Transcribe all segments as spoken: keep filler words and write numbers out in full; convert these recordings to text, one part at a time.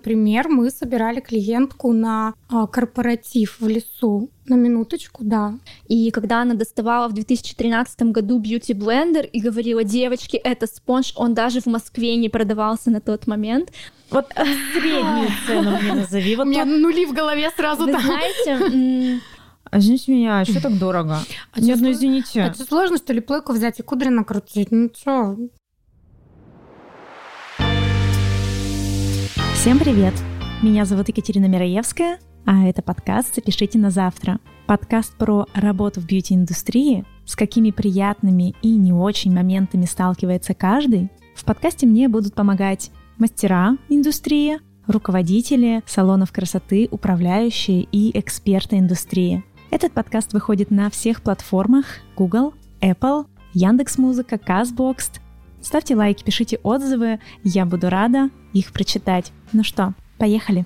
например, мы собирали клиентку на а, корпоратив в лесу. На минуточку, да. И когда она доставала в две тысячи тринадцатом году бьюти-блендер и говорила: девочки, это спонж, он даже в Москве не продавался на тот момент. Вот среднюю цену мне назови. У меня нули в голове сразу. Вы знаете... Извините меня, а что так дорого? А Нет, ну извините. А что, сложно, что ли, плойку взять и кудри накрутить? Ну что? Всем привет! Меня зовут Екатерина Мираевская, а это подкаст «Запишите на завтра». Подкаст про работу в бьюти-индустрии, с какими приятными и не очень моментами сталкивается каждый. В подкасте мне будут помогать мастера индустрии, руководители салонов красоты, управляющие и эксперты индустрии. Этот подкаст выходит на всех платформах Google, Apple, Яндекс.Музыка, Castbox. Ставьте лайки, пишите отзывы, я буду рада их прочитать. Ну что, поехали!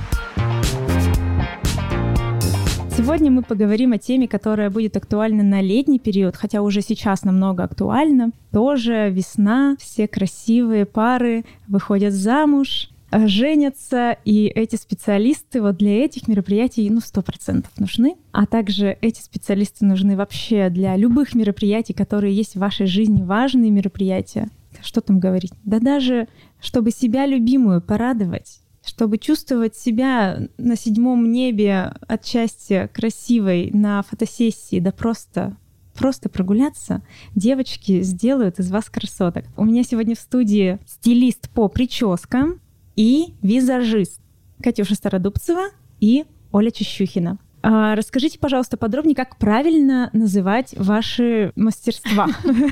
Сегодня мы поговорим о теме, которая будет актуальна на летний период, хотя уже сейчас намного актуальна. Тоже весна, все красивые пары выходят замуж, женятся, и эти специалисты вот для этих мероприятий, ну, сто процентов нужны. А также эти специалисты нужны вообще для любых мероприятий, которые есть в вашей жизни, важные мероприятия. Что там говорить? Да даже, чтобы себя любимую порадовать, чтобы чувствовать себя на седьмом небе от счастья красивой на фотосессии, да просто... Просто прогуляться, девочки сделают из вас красоток. У меня сегодня в студии стилист по прическам и визажист Катюша Стародубцева и Оля Чищухина. А, расскажите, пожалуйста, подробнее, как правильно называть ваши мастерства.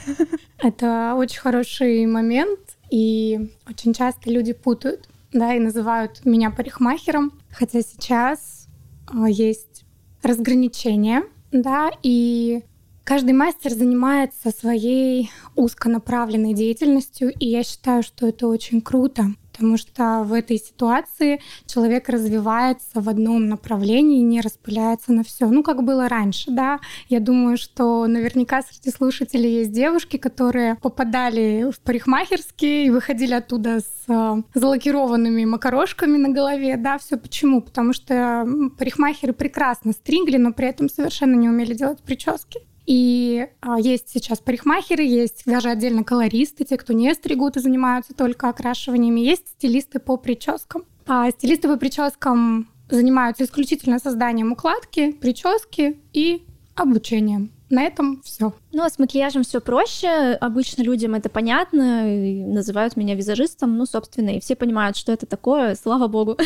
Это очень хороший момент, и очень часто люди путают, да, и называют меня парикмахером, хотя сейчас есть разграничение, да, и каждый мастер занимается своей узконаправленной деятельностью, и я считаю, что это очень круто, потому что в этой ситуации человек развивается в одном направлении и не распыляется на все. Ну, как было раньше, да. Я думаю, что наверняка среди слушателей есть девушки, которые попадали в парикмахерские и выходили оттуда с залакированными макарошками на голове, да. Все почему? Потому что парикмахеры прекрасно стригли, но при этом совершенно не умели делать прически. И а, есть сейчас парикмахеры, есть даже отдельно колористы, те, кто не стригут и занимаются только окрашиваниями, есть стилисты по прическам. А стилисты по прическам занимаются исключительно созданием укладки, прически и обучением. На этом все. Ну, а с макияжем все проще. Обычно людям это понятно, и называют меня визажистом. Ну, собственно, и все понимают, что это такое, слава богу.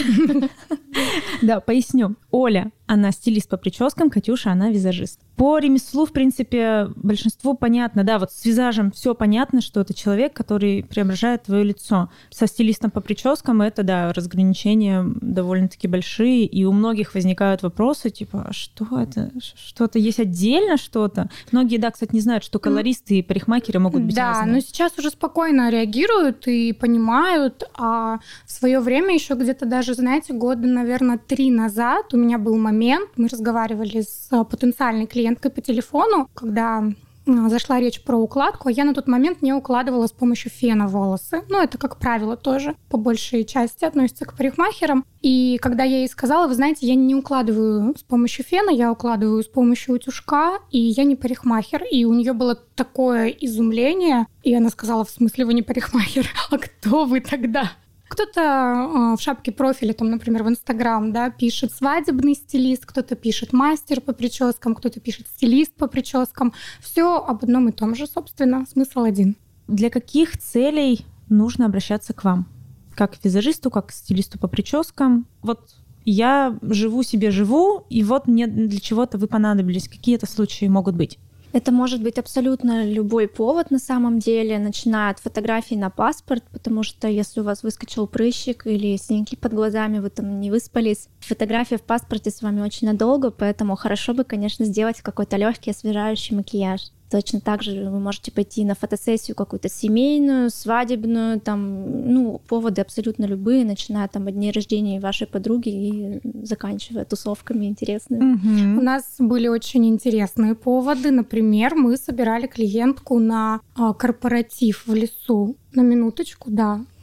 Да, поясню. Оля, она стилист по прическам, Катюша, она визажист. По ремеслу, в принципе, большинству понятно. Да, вот с визажем все понятно, что это человек, который преображает твое лицо. Со стилистом по прическам это, да, разграничения довольно-таки большие, и у многих возникают вопросы, типа, а что это? Что-то есть отдельно что-то? Многие, да, кстати, не знают, что колористы и парикмахеры могут быть да, разные. Да, но сейчас уже спокойно реагируют и понимают. А в свое время еще где-то даже, знаете, года, наверное, три назад у меня был момент, мы разговаривали с потенциальной клиенткой по телефону, когда зашла речь про укладку, а я на тот момент не укладывала с помощью фена волосы. Ну, это, как правило, тоже по большей части относится к парикмахерам. И когда я ей сказала, вы знаете, я не укладываю с помощью фена, я укладываю с помощью утюжка, и я не парикмахер. И у нее было такое изумление, и она сказала, в смысле вы не парикмахер? А кто вы тогда? Кто-то в шапке профиля, там, например, в Инстаграм, да, пишет свадебный стилист, кто-то пишет мастер по прическам, кто-то пишет стилист по прическам. Все об одном и том же, собственно, смысл один. Для каких целей нужно обращаться к вам? Как к визажисту, как к стилисту по прическам? Вот я живу себе живу, и вот мне для чего-то вы понадобились. Какие это случаи могут быть? Это может быть абсолютно любой повод на самом деле, начиная от фотографий на паспорт, потому что если у вас выскочил прыщик или синяки под глазами, вы там не выспались, фотография в паспорте с вами очень надолго, поэтому хорошо бы, конечно, сделать какой-то легкий освежающий макияж. Точно так же вы можете пойти на фотосессию какую-то семейную, свадебную, там, ну, поводы абсолютно любые, начиная там от дней рождения вашей подруги и заканчивая тусовками интересными. Mm-hmm. У нас были очень интересные поводы. Например, мы собирали клиентку на а, корпоратив в лесу. На минуточку, да.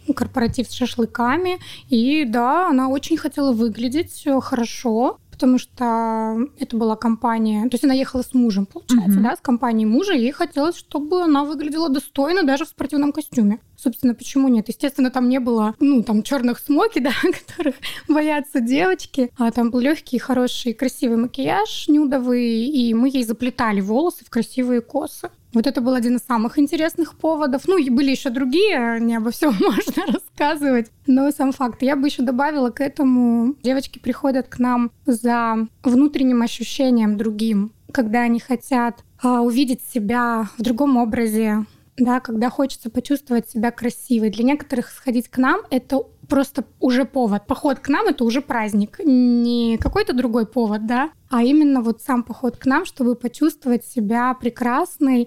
корпоратив с шашлыками. И да, она очень хотела выглядеть хорошо, потому что это была компания... То есть она ехала с мужем, получается, uh-huh. да, с компанией мужа, и ей хотелось, чтобы она выглядела достойно даже в спортивном костюме. Собственно, почему нет? Естественно, там не было, ну, там, черных смоки, да, которых боятся девочки, а там был легкий, хороший, красивый макияж нюдовый, и мы ей заплетали волосы в красивые косы. Вот это был один из самых интересных поводов. Ну, и были еще другие, не обо всем можно рассказывать. Но сам факт. Я бы еще добавила к этому. Девочки приходят к нам за внутренним ощущением другим, когда они хотят а, увидеть себя в другом образе, да, когда хочется почувствовать себя красивой. Для некоторых сходить к нам — это просто уже повод. Поход к нам — это уже праздник. Не какой-то другой повод, да, а именно вот сам поход к нам, чтобы почувствовать себя прекрасной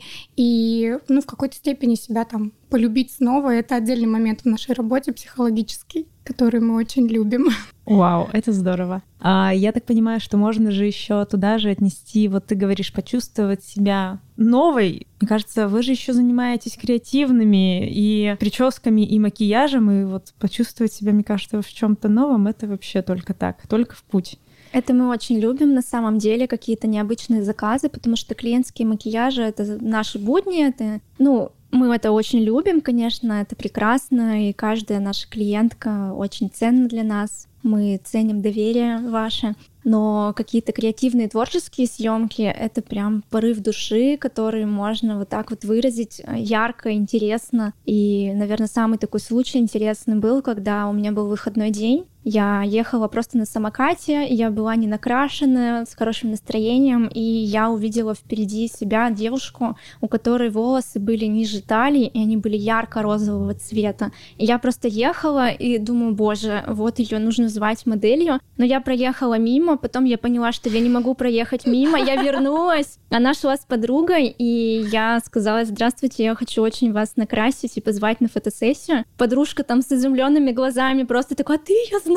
и, ну, в какой-то степени себя там полюбить снова. Это отдельный момент в нашей работе психологический, который мы очень любим. Вау, это здорово. А я так понимаю, что можно же еще туда же отнести, вот ты говоришь, почувствовать себя новой. Мне кажется, вы же еще занимаетесь креативными и прическами, и макияжем, и вот почувствовать себя, мне кажется, в чем-то новом, это вообще только так, только в путь. Это мы очень любим, на самом деле, какие-то необычные заказы, потому что клиентские макияжи — это наши будни, это, ну, мы это очень любим, конечно, это прекрасно, и каждая наша клиентка очень ценна для нас. Мы ценим доверие ваше, но какие-то креативные творческие съемки — это прям порыв души, который можно вот так вот выразить ярко, интересно. И, наверное, самый такой случай интересный был, когда у меня был выходной день. Я ехала просто на самокате, я была не накрашенная, с хорошим настроением, и я увидела впереди себя девушку, у которой волосы были ниже талии, и они были ярко-розового цвета. И я просто ехала и думаю, боже, вот ее нужно звать моделью. Но я проехала мимо, потом я поняла, что я не могу проехать мимо, я вернулась. Она шла с подругой, и я сказала: здравствуйте, я хочу очень вас накрасить и позвать на фотосессию. Подружка там с изумленными глазами просто такая: ты ее знаешь?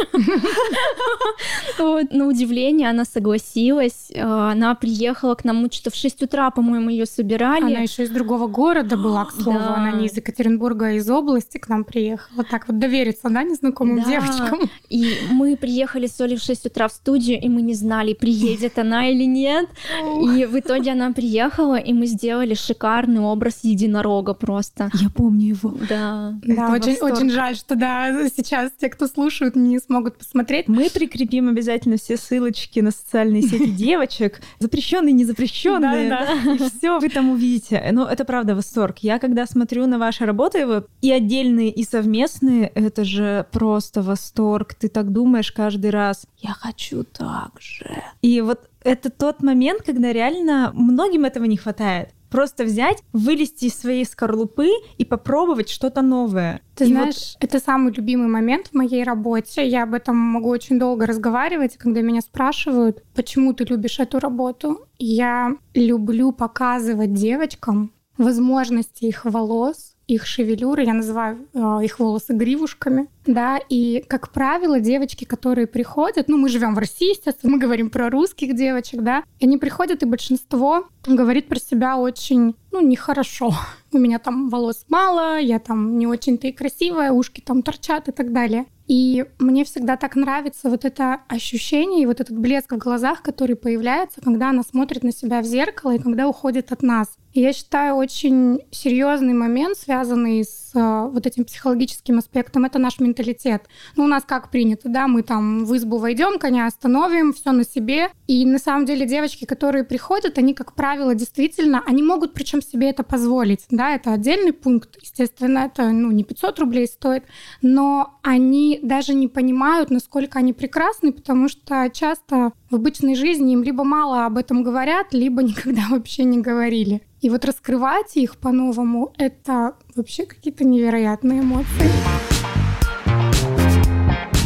На удивление она согласилась. Она приехала к нам что-то в шесть утра, по-моему, ее собирали. Она еще из другого города была, к слову. Да. Она не из Екатеринбурга, а из области к нам приехала. Так вот довериться, да, незнакомым да. девочкам. И мы приехали с Олей в шесть утра в студию, и мы не знали, приедет она или нет. И в итоге она приехала, и мы сделали шикарный образ единорога просто. Я помню его. Да. Да, очень, очень жаль, что да, сейчас те, кто слушают, не смогут посмотреть. Мы прикрепим обязательно все ссылочки на социальные сети девочек, запрещенные, незапрещенные. Да, да. И все вы там увидите. Но это правда восторг. Я когда смотрю на ваши работы, и отдельные, и совместные, это же просто восторг. Ты так думаешь каждый раз: я хочу так же. И вот это тот момент, когда реально многим этого не хватает. Просто взять, вылезти из своей скорлупы и попробовать что-то новое. Ты и знаешь, вот... это самый любимый момент в моей работе. Я об этом могу очень долго разговаривать, когда меня спрашивают, почему ты любишь эту работу. Я люблю показывать девочкам возможности их волос, их шевелюры, я называю э, их волосы гривушками, да, и, как правило, девочки, которые приходят, ну, мы живем в России, естественно, мы говорим про русских девочек, да, и они приходят, и большинство говорит про себя очень, ну, нехорошо. У меня там волос мало, я там не очень-то и красивая, ушки там торчат и так далее. И мне всегда так нравится вот это ощущение и вот этот блеск в глазах, который появляется, когда она смотрит на себя в зеркало и когда уходит от нас. И я считаю, очень серьезный момент, связанный с э, вот этим психологическим аспектом, это наш менталитет. Ну, у нас как принято, да, мы там в избу войдем, коня остановим, все на себе. И на самом деле девочки, которые приходят, они, как правило, действительно, они могут причем себе это позволить. Да, это отдельный пункт, естественно, это, ну, не пятьсот рублей стоит, но они даже не понимают, насколько они прекрасны, потому что часто в обычной жизни им либо мало об этом говорят, либо никогда вообще не говорили. И вот раскрывать их по-новому — это вообще какие-то невероятные эмоции.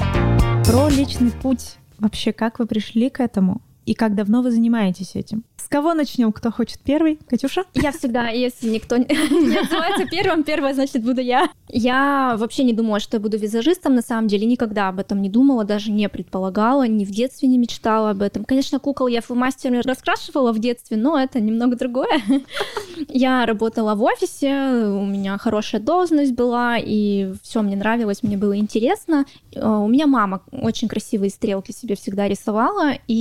Про личный путь. Вообще, как вы пришли к этому? И как давно вы занимаетесь этим? С кого начнем? Кто хочет первый? Катюша? Я всегда, если никто не называется первым, первая, значит, буду я. Я вообще не думала, что я буду визажистом, на самом деле, никогда об этом не думала, даже не предполагала, ни в детстве не мечтала об этом. Конечно, кукол я фломастерами раскрашивала в детстве, но это немного другое. Я работала в офисе, у меня хорошая должность была, и все мне нравилось, мне было интересно. У меня мама очень красивые стрелки себе всегда рисовала, и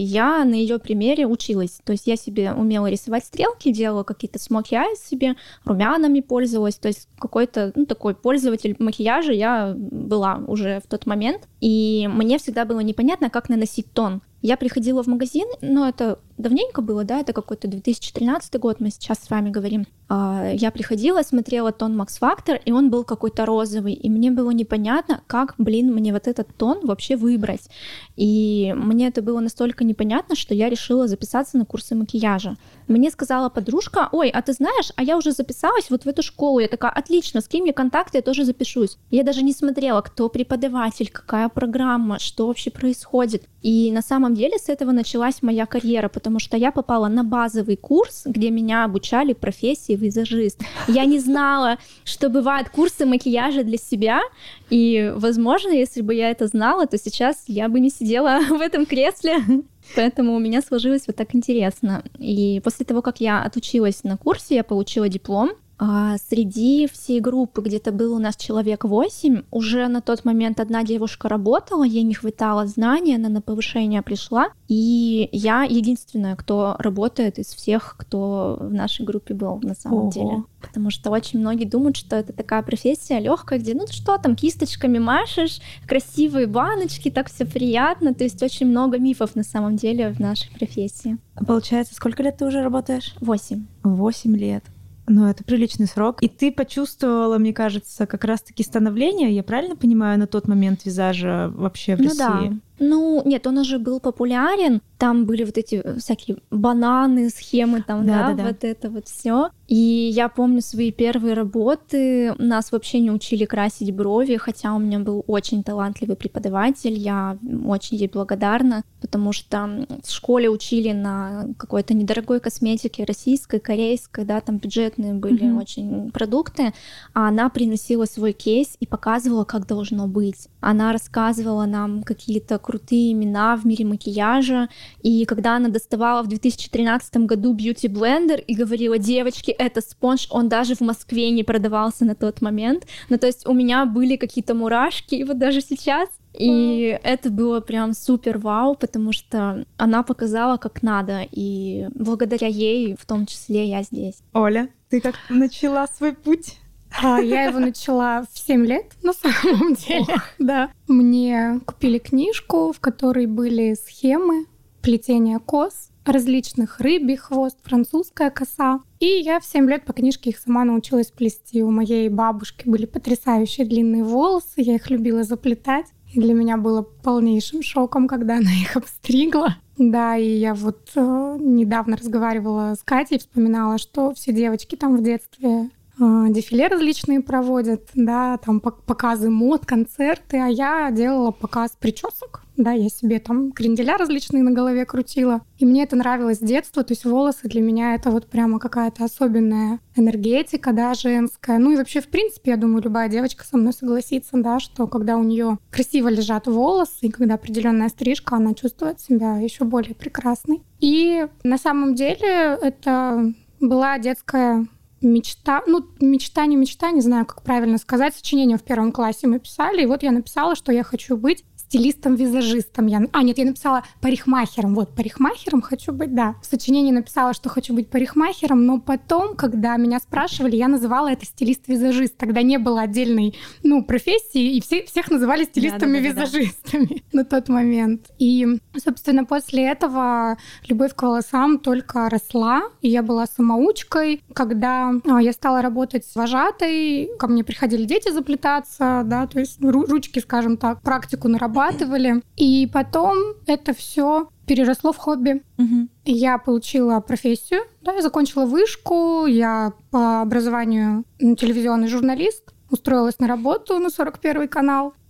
я на ее примере училась. То есть я себе умела рисовать стрелки, делала какие-то смоки айс себе, румянами пользовалась, то есть какой-то, ну, такой пользователь макияжа я была уже в тот момент, и мне всегда было непонятно, как наносить тон. Я приходила в магазин, но это давненько было, да, это какой-то две тысячи тринадцатый год, мы сейчас с вами говорим. Я приходила, смотрела тон Max Factor, и он был какой-то розовый, и мне было непонятно, как, блин, мне вот этот тон вообще выбрать. И мне это было настолько непонятно, что я решила записаться на курсы макияжа. Мне сказала подружка: ой, а ты знаешь, а я уже записалась вот в эту школу. Я такая: отлично, скинь мне контакты, я тоже запишусь. Я даже не смотрела, кто преподаватель, какая программа, что вообще происходит. И на самом деле с этого началась моя карьера, потому что я попала на базовый курс, где меня обучали профессии визажист. Я не знала, что бывают курсы макияжа для себя, и, возможно, если бы я это знала, то сейчас я бы не сидела в этом кресле. Поэтому у меня сложилось вот так интересно. И после того, как я отучилась на курсе, я получила диплом. А среди всей группы где-то было у нас человек восемь. Уже на тот момент одна девушка работала, ей не хватало знаний, она на повышение пришла. И я единственная, кто работает из всех, кто в нашей группе был на самом Ого. деле. Потому что очень многие думают, что это такая профессия легкая, где, ну что там, кисточками машешь, красивые баночки, так все приятно. То есть очень много мифов на самом деле в нашей профессии. Получается, сколько лет ты уже работаешь? Восемь. Восемь лет. Ну, это приличный срок. И ты почувствовала, мне кажется, как раз-таки становление, я правильно понимаю, на тот момент визажа вообще в ну России? Да. Ну, нет, он уже был популярен. Там были вот эти всякие бананы, схемы, там, да, да, да, вот это вот все. И я помню свои первые работы. Нас вообще не учили красить брови, хотя у меня был очень талантливый преподаватель. Я очень ей благодарна, потому что в школе учили на какой-то недорогой косметике, российской, корейской, да, там бюджетные были mm-hmm. очень продукты. А она приносила свой кейс и показывала, как должно быть. Она рассказывала нам какие-то крутые имена в мире макияжа. И когда она доставала в две тысячи тринадцатом году бьюти-блендер и говорила: девочки, это спонж, он даже в Москве не продавался на тот момент. Ну, то есть у меня были какие-то мурашки, и вот даже сейчас. И mm. это было прям супер вау, потому что она показала, как надо, и благодаря ей в том числе я здесь. Оля, ты как начала свой путь? А, я его начала в семь лет, на самом деле. Oh. Да. Мне купили книжку, в которой были схемы плетения кос, различных: рыбий хвост, французская коса. И я в семь лет по книжке их сама научилась плести. У моей бабушки были потрясающие длинные волосы, я их любила заплетать. И для меня было полнейшим шоком, когда она их обстригла. Да, и я вот э, недавно разговаривала с Катей, вспоминала, что все девочки там в детстве дефиле различные проводят, да, там показы мод, концерты, а я делала показ причесок, да, я себе там кренделя различные на голове крутила, и мне это нравилось с детства, то есть волосы для меня это вот прямо какая-то особенная энергетика, да, женская, ну и вообще, в принципе, я думаю, любая девочка со мной согласится, да, что когда у нее красиво лежат волосы, и когда определенная стрижка, она чувствует себя еще более прекрасной. И на самом деле это была детская мечта, ну, мечта, не мечта, не знаю, как правильно сказать. Сочинение в первом классе мы писали, и вот я написала, что я хочу быть стилистом-визажистом. Я... А, нет, я написала парикмахером. Вот, парикмахером хочу быть, да. В сочинении написала, что хочу быть парикмахером, но потом, когда меня спрашивали, я называла это стилист-визажист. Тогда не было отдельной, ну, профессии, и все, всех называли стилистами-визажистами да, да, да, да. на тот момент. И, собственно, после этого любовь к волосам только росла, и я была самоучкой. Когда я стала работать вожатой, ко мне приходили дети заплетаться, да, то есть ручки, скажем так, практику нарабатывали. И потом это все переросло в хобби. Угу. Я получила профессию, да, я закончила вышку, я по образованию телевизионный журналист, устроилась на работу на сорок первый канал.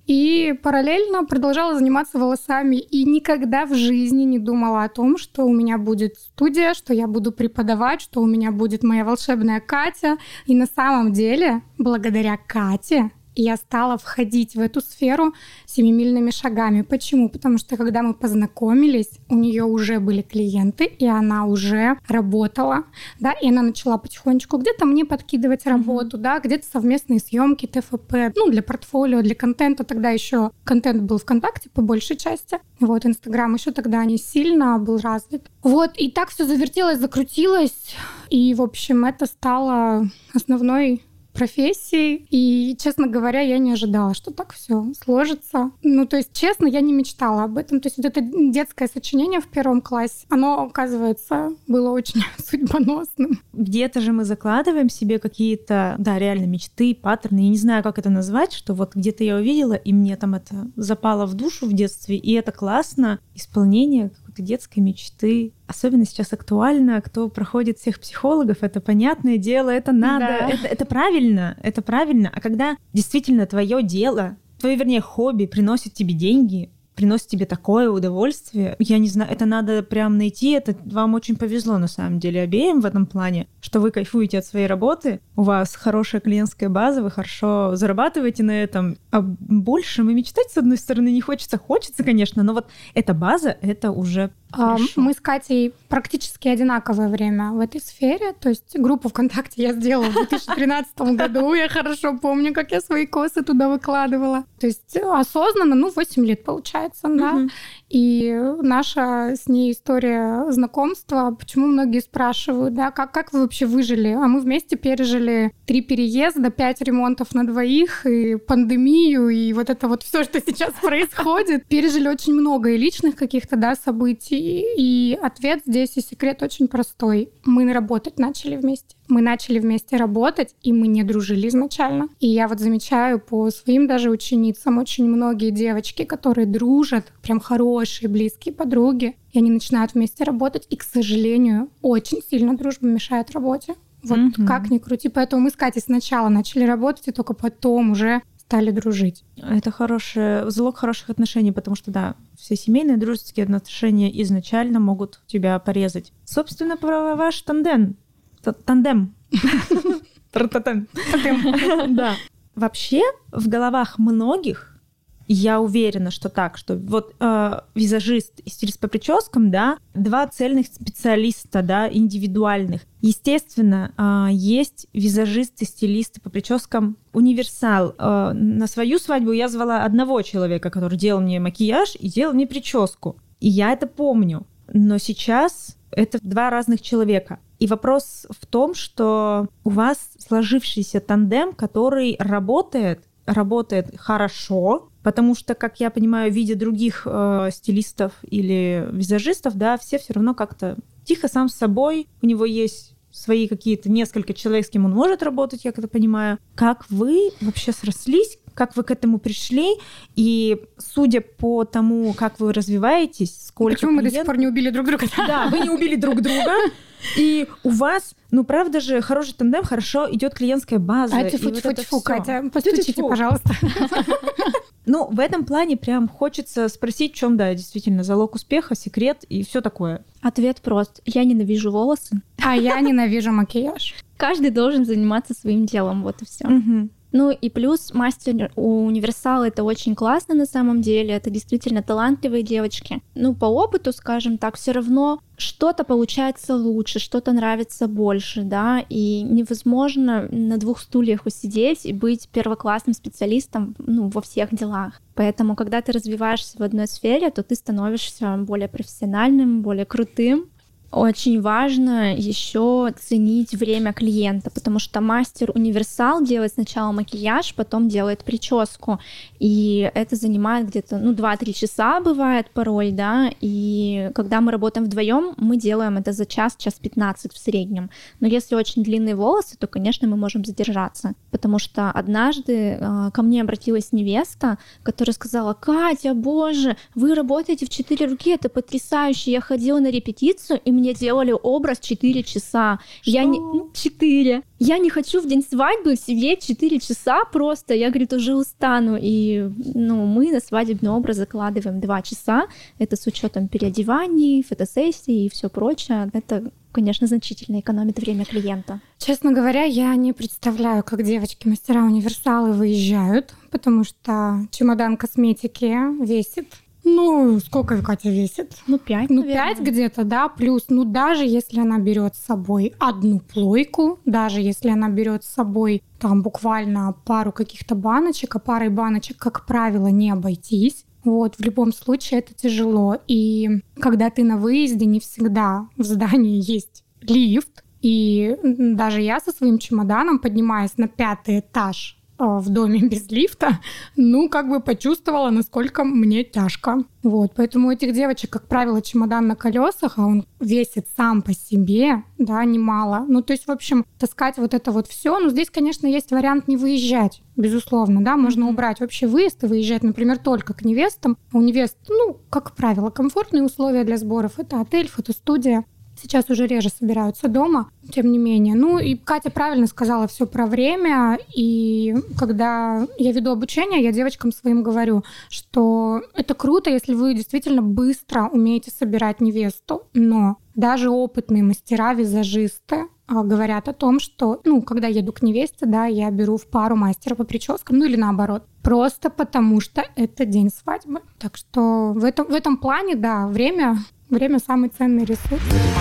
И параллельно продолжала заниматься волосами. И никогда в жизни не думала о том, что у меня будет студия, что я буду преподавать, что у меня будет моя волшебная Катя. И на самом деле, благодаря Кате, я стала входить в эту сферу семимильными шагами. Почему? Потому что когда мы познакомились, у нее уже были клиенты, и она уже работала, да, и она начала потихонечку где-то мне подкидывать работу, mm-hmm. да, где-то совместные съемки, ТФП, ну, для портфолио, для контента. Тогда еще контент был ВКонтакте по большей части. Вот, Инстаграм еще тогда не сильно был развит. Вот, и так все завертелось, закрутилось, и, в общем, это стало основной профессией. И, честно говоря, я не ожидала, что так все сложится. Ну, то есть, честно, я не мечтала об этом. То есть, вот это детское сочинение в первом классе, оно, оказывается, было очень судьбоносным. Где-то же мы закладываем себе какие-то, да, реально мечты, паттерны. Я не знаю, как это назвать, что вот где-то я увидела, и мне там это запало в душу в детстве, и это классно. Исполнение какой-то детской мечты. Особенно сейчас актуально, кто проходит всех психологов, это понятное дело, это надо, да. это, это правильно, это правильно. А когда действительно твое дело, твое, вернее, хобби приносит тебе деньги, приносит тебе такое удовольствие, я не знаю, это надо прям найти, это вам очень повезло на самом деле обеим в этом плане, что вы кайфуете от своей работы, у вас хорошая клиентская база, вы хорошо зарабатываете на этом, а больше мы мечтать, с одной стороны, не хочется, хочется, конечно, но вот эта база, это уже хорошо. Мы с Катей практически одинаковое время в этой сфере, то есть группу ВКонтакте я сделала в две тысячи тринадцатом году, я хорошо помню, как я свои косы туда выкладывала. То есть осознанно, ну, восемь лет получается, да. Uh-huh. И наша с ней история знакомства, почему многие спрашивают, да, как, как вы вообще выжили? А мы вместе пережили три переезда, пять ремонтов на двоих, и пандемию, и вот это вот все, что сейчас происходит. Пережили очень много и личных каких-то, да, событий. И ответ здесь и секрет очень простой. Мы работать начали вместе. Мы начали вместе работать, и мы не дружили изначально. И я вот замечаю по своим даже ученицам очень многие девочки, которые дружат, прям хорошие, близкие подруги, и они начинают вместе работать, и, к сожалению, очень сильно дружба мешает работе. Вот mm-hmm. как ни крути. Поэтому мы с Катей сначала начали работать, и только потом уже стали дружить. Это хороший залог хороших отношений, потому что, да, все семейные дружеские отношения изначально могут тебя порезать. Собственно, про ваш тандем. Тандем. Да. Вообще, в головах многих, я уверена, что так, что вот э, визажист и стилист по прическам, да, два цельных специалиста, да, индивидуальных. Естественно, э, есть визажисты, стилисты по прическам универсал. Э, на свою свадьбу я звала одного человека, который делал мне макияж и делал мне прическу. И я это помню. Но сейчас это два разных человека. И вопрос в том, что у вас сложившийся тандем, который работает, работает хорошо, потому что, как я понимаю, видя других э, стилистов или визажистов, да, все все равно как-то тихо сам с собой, у него есть свои какие-то несколько человек, с кем он может работать, я это понимаю. Как вы вообще срослись? Как вы к этому пришли? И судя по тому, как вы развиваетесь, сколько Почему клиент... мы до сих пор не убили друг друга? Да, вы не убили друг друга. И у вас, ну правда же, хороший тандем, хорошо идет клиентская база. А тьфу-тьфу-тьфу, Катя, постучите, пожалуйста. Ну, в этом плане прям хочется спросить, в чем, да, действительно, залог успеха, секрет и все такое. Ответ прост. Я ненавижу волосы. А я ненавижу макияж. Каждый должен заниматься своим делом, вот и все. Угу. Ну и плюс мастер универсал — это очень классно на самом деле, это действительно талантливые девочки. Ну, по опыту, скажем так, все равно что-то получается лучше, что-то нравится больше, да, и невозможно на двух стульях усидеть и быть первоклассным специалистом, ну, во всех делах. Поэтому, когда ты развиваешься в одной сфере, то ты становишься более профессиональным, более крутым. Очень важно еще ценить время клиента, потому что мастер-универсал делает сначала макияж, потом делает прическу, и это занимает где-то ну, два-три часа бывает порой, да, и когда мы работаем вдвоем, мы делаем это за час, час пятнадцать в среднем. Но если очень длинные волосы, то, конечно, мы можем задержаться, потому что однажды э, ко мне обратилась невеста, которая сказала: «Катя, боже, вы работаете в четыре руки, это потрясающе, я ходила на репетицию, и мне делали образ четыре часа. Что? Я не... четыре. Я не хочу в день свадьбы сидеть четыре часа просто. Я, говорит, уже устану. И ну, мы на свадебный образ закладываем два часа. Это с учетом переодеваний, фотосессий и все прочее. Это, конечно, значительно экономит время клиента. Честно говоря, я не представляю, как девочки-мастера универсалы выезжают, потому что чемодан косметики весит. Ну, сколько Катя весит? Ну, пять, Ну, наверное. пять где-то, да, плюс, ну, даже если она берет с собой одну плойку, даже если она берет с собой там буквально пару каких-то баночек, а парой баночек, как правило, не обойтись. Вот, в любом случае это тяжело. И когда ты на выезде, не всегда в здании есть лифт. И даже я со своим чемоданом, поднимаясь на пятый этаж в доме без лифта, ну, как бы почувствовала, насколько мне тяжко. Вот, поэтому у этих девочек, как правило, чемодан на колесах, а он весит сам по себе, да, немало. Ну, то есть, в общем, таскать вот это вот все. Ну, здесь, конечно, есть вариант не выезжать, безусловно, да, можно mm-hmm. убрать вообще выезд и выезжать, например, только к невестам. У невест, ну, как правило, комфортные условия для сборов. Это отель, фотостудия. Сейчас уже реже собираются дома, тем не менее. Ну и Катя правильно сказала все про время. И когда я веду обучение, я девочкам своим говорю, что это круто, если вы действительно быстро умеете собирать невесту. Но даже опытные мастера, визажисты говорят о том, что, ну, когда еду к невесте, да, я беру в пару мастера по прическам, ну или наоборот. Просто потому что это день свадьбы. Так что в этом, в этом плане, да, время... Время — самый ценный ресурс.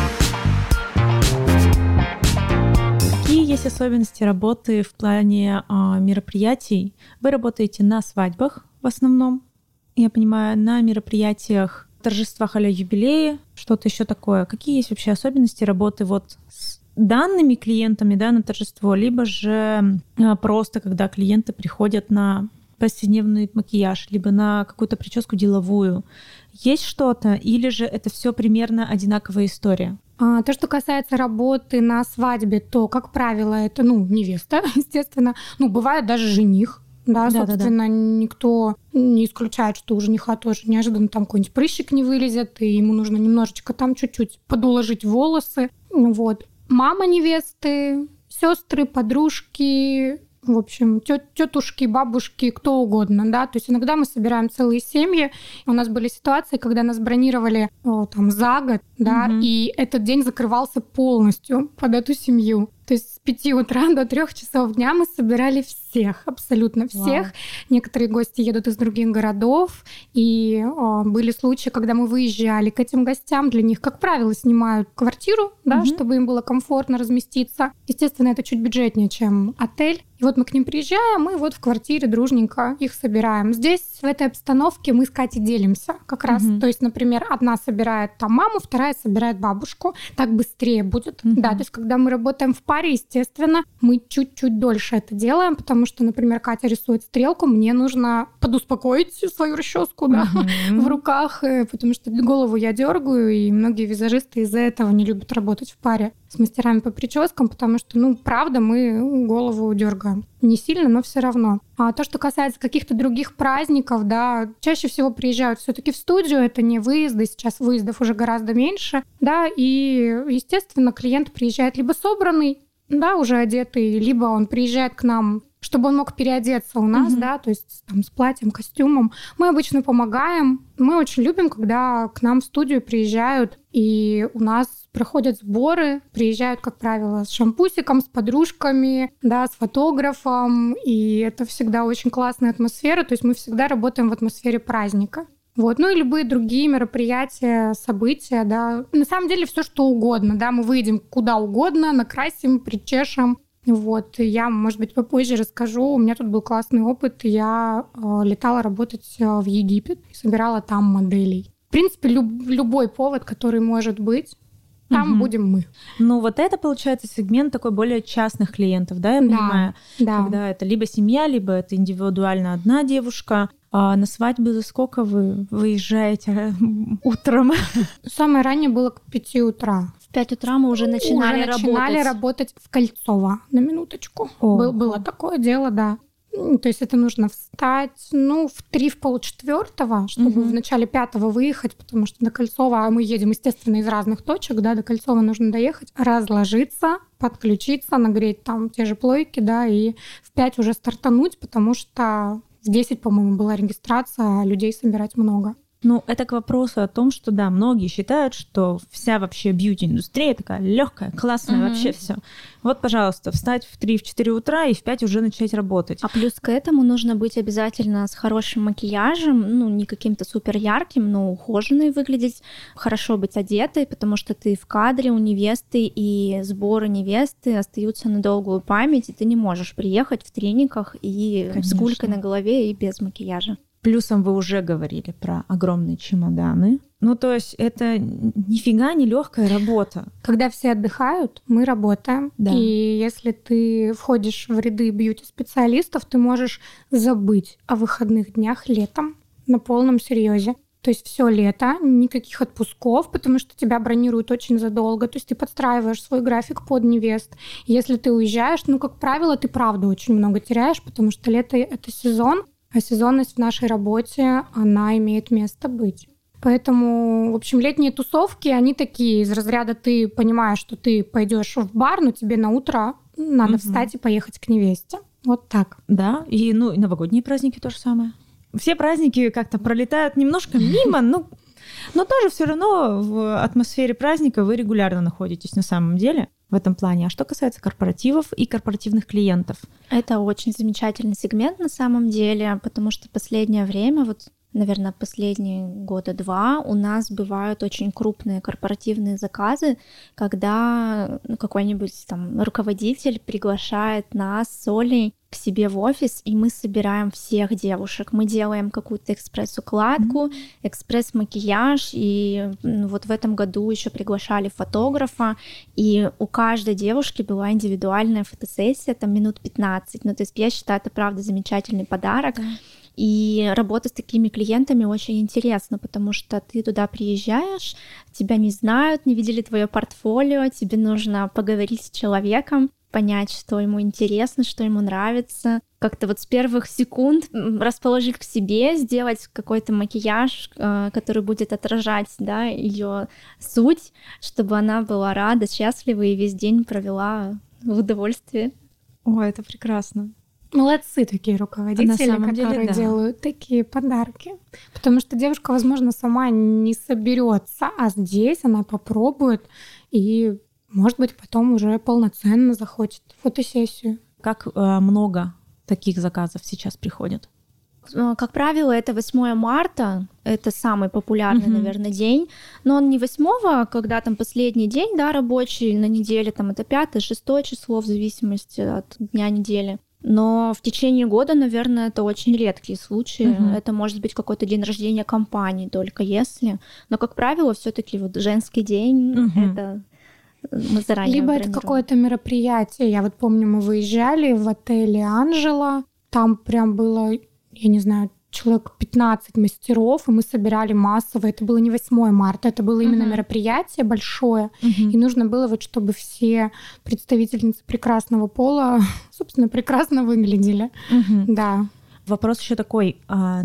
Какие есть особенности работы в плане а, мероприятий? Вы работаете на свадьбах в основном, я понимаю, на мероприятиях, торжествах а-ля юбилеи, что-то еще такое. Какие есть вообще особенности работы вот с данными клиентами, да, на торжество, либо же а, просто когда клиенты приходят на повседневный макияж, либо на какую-то прическу деловую? Есть что-то, или же это все примерно одинаковая история? А, то, что касается работы на свадьбе, то, как правило, это, ну, невеста, естественно. Ну, бывает даже жених. Да, да, собственно, да, да. Никто не исключает, что у жениха тоже неожиданно там какой-нибудь прыщик не вылезет, и ему нужно немножечко там чуть-чуть подуложить волосы. Вот. Мама невесты, сестры, подружки, в общем, тетушки, бабушки, кто угодно, да, то есть иногда мы собираем целые семьи. У нас были ситуации, когда нас бронировали о, там за год, да, угу. и этот день закрывался полностью под эту семью. То есть с пяти утра до трех часов дня мы собирали всех, абсолютно всех. Вау. Некоторые гости едут из других городов, и о, были случаи, когда мы выезжали к этим гостям. Для них, как правило, снимают квартиру, да, угу. чтобы им было комфортно разместиться. Естественно, это чуть бюджетнее, чем отель. И вот мы к ним приезжаем, и вот в квартире дружненько их собираем. Здесь, в этой обстановке, мы с Катей делимся как раз. Угу. То есть, например, одна собирает там маму, вторая собирает бабушку. Так быстрее будет. Угу. Да, то есть, когда мы работаем в паре, естественно, мы чуть-чуть дольше это делаем, потому что, например, Катя рисует стрелку, мне нужно подуспокоить свою расческу, да, угу. в руках, потому что голову я дергаю, и многие визажисты из-за этого не любят работать в паре с мастерами по прическам, потому что, ну, правда, мы голову дергаем. Не сильно, но все равно. А то, что касается каких-то других праздников, да, чаще всего приезжают все-таки в студию, это не выезды, сейчас выездов уже гораздо меньше, да, и, естественно, клиент приезжает либо собранный, да, уже одетый, либо он приезжает к нам, чтобы он мог переодеться у нас, mm-hmm. да, то есть там с платьем, костюмом. Мы обычно помогаем. Мы очень любим, когда к нам в студию приезжают, и у нас проходят сборы, приезжают, как правило, с шампусиком, с подружками, да, с фотографом, и это всегда очень классная атмосфера, то есть мы всегда работаем в атмосфере праздника. Вот. Ну и любые другие мероприятия, события, да. На самом деле все что угодно, да, мы выйдем куда угодно, накрасим, причешем. Вот. Я, может быть, попозже расскажу. У меня тут был классный опыт. Я э, летала работать в Египет и собирала там моделей. В принципе, люб- любой повод, который может быть, там угу. будем мы. Ну вот это, получается, сегмент такой более частных клиентов, да, я да, понимаю? Да. Когда это либо семья, либо это индивидуально одна девушка. А на свадьбу за сколько вы выезжаете утром? Самое раннее было к пяти утра. В пять утра мы уже начинали, уже начинали работать. работать в Кольцово, на минуточку. Был, было такое дело, да. То есть это нужно встать, ну, в три, в полчетвертого, чтобы угу. в начале пятого выехать, потому что до Кольцова, а мы едем, естественно, из разных точек, да, до Кольцова нужно доехать, разложиться, подключиться, нагреть там те же плойки, да, и в пять уже стартануть, потому что в десять, по-моему, была регистрация, а людей собирать много. Ну, это к вопросу о том, что, да, многие считают, что вся вообще бьюти-индустрия такая легкая, классная, mm-hmm. вообще все. Вот, пожалуйста, встать в три-четыре утра и в пять уже начать работать. А плюс к этому нужно быть обязательно с хорошим макияжем, ну, не каким-то супер ярким, но ухоженной выглядеть, хорошо быть одетой, потому что ты в кадре у невесты, и сборы невесты остаются на долгую память, и ты не можешь приехать в трениках и Конечно. С гулькой на голове и без макияжа. Плюсом вы уже говорили про огромные чемоданы. Ну, то есть это нифига не легкая работа. Когда все отдыхают, мы работаем. Да. И если ты входишь в ряды бьюти-специалистов, ты можешь забыть о выходных днях летом на полном серьезе. То есть все лето, никаких отпусков, потому что тебя бронируют очень задолго. То есть ты подстраиваешь свой график под невест. Если ты уезжаешь, ну, как правило, ты правда очень много теряешь, потому что лето — это сезон, а сезонность в нашей работе, она имеет место быть. Поэтому, в общем, летние тусовки, они такие из разряда: ты понимаешь, что ты пойдешь в бар, но тебе на утро надо угу. встать и поехать к невесте. Вот так. Да, и, ну, и новогодние праздники то же самое. Все праздники как-то пролетают немножко мимо, но, но тоже все равно в атмосфере праздника вы регулярно находитесь на самом деле. В этом плане. А что касается корпоративов и корпоративных клиентов? Это очень замечательный сегмент на самом деле, потому что последнее время, вот, наверное, последние года два, у нас бывают очень крупные корпоративные заказы, когда ну, какой-нибудь там руководитель приглашает нас с Олей к себе в офис, и мы собираем всех девушек. Мы делаем какую-то экспресс-укладку, mm-hmm. экспресс-макияж, и ну, вот в этом году еще приглашали фотографа, и у каждой девушки была индивидуальная фотосессия, там минут пятнадцать. Ну, то есть я считаю, это правда замечательный подарок. Mm-hmm. И работа с такими клиентами очень интересна, потому что ты туда приезжаешь, тебя не знают, не видели твое портфолио, тебе нужно поговорить с человеком, понять, что ему интересно, что ему нравится, как-то вот с первых секунд расположить к себе, сделать какой-то макияж, который будет отражать, да, ее суть, чтобы она была рада, счастлива и весь день провела в удовольствии. О, это прекрасно. Молодцы такие руководители, которые деле, да. делают такие подарки. Потому что девушка, возможно, сама не соберется, а здесь она попробует и, может быть, потом уже полноценно захочет фотосессию. Как э, много таких заказов сейчас приходит? Как правило, это восьмое марта, это самый популярный, uh-huh. наверное, день, но он не восьмого, когда там последний день, да, рабочий на неделе, там это пятое, шестое число, в зависимости от дня недели. Но в течение года, наверное, это очень редкие случаи. Uh-huh. Это может быть какой-то день рождения компании, только если. Но, как правило, все-таки вот женский день uh-huh. это мы заранее Либо это какое-то мероприятие. Я вот помню, мы выезжали в отеле «Анжела». Там прям было, я не знаю, человек пятнадцать мастеров, и мы собирали массово. Это было не восьмое марта, это было именно uh-huh. мероприятие большое. Uh-huh. И нужно было вот, чтобы все представительницы прекрасного пола, собственно, прекрасно выглядели. Uh-huh. Да. Вопрос еще такой.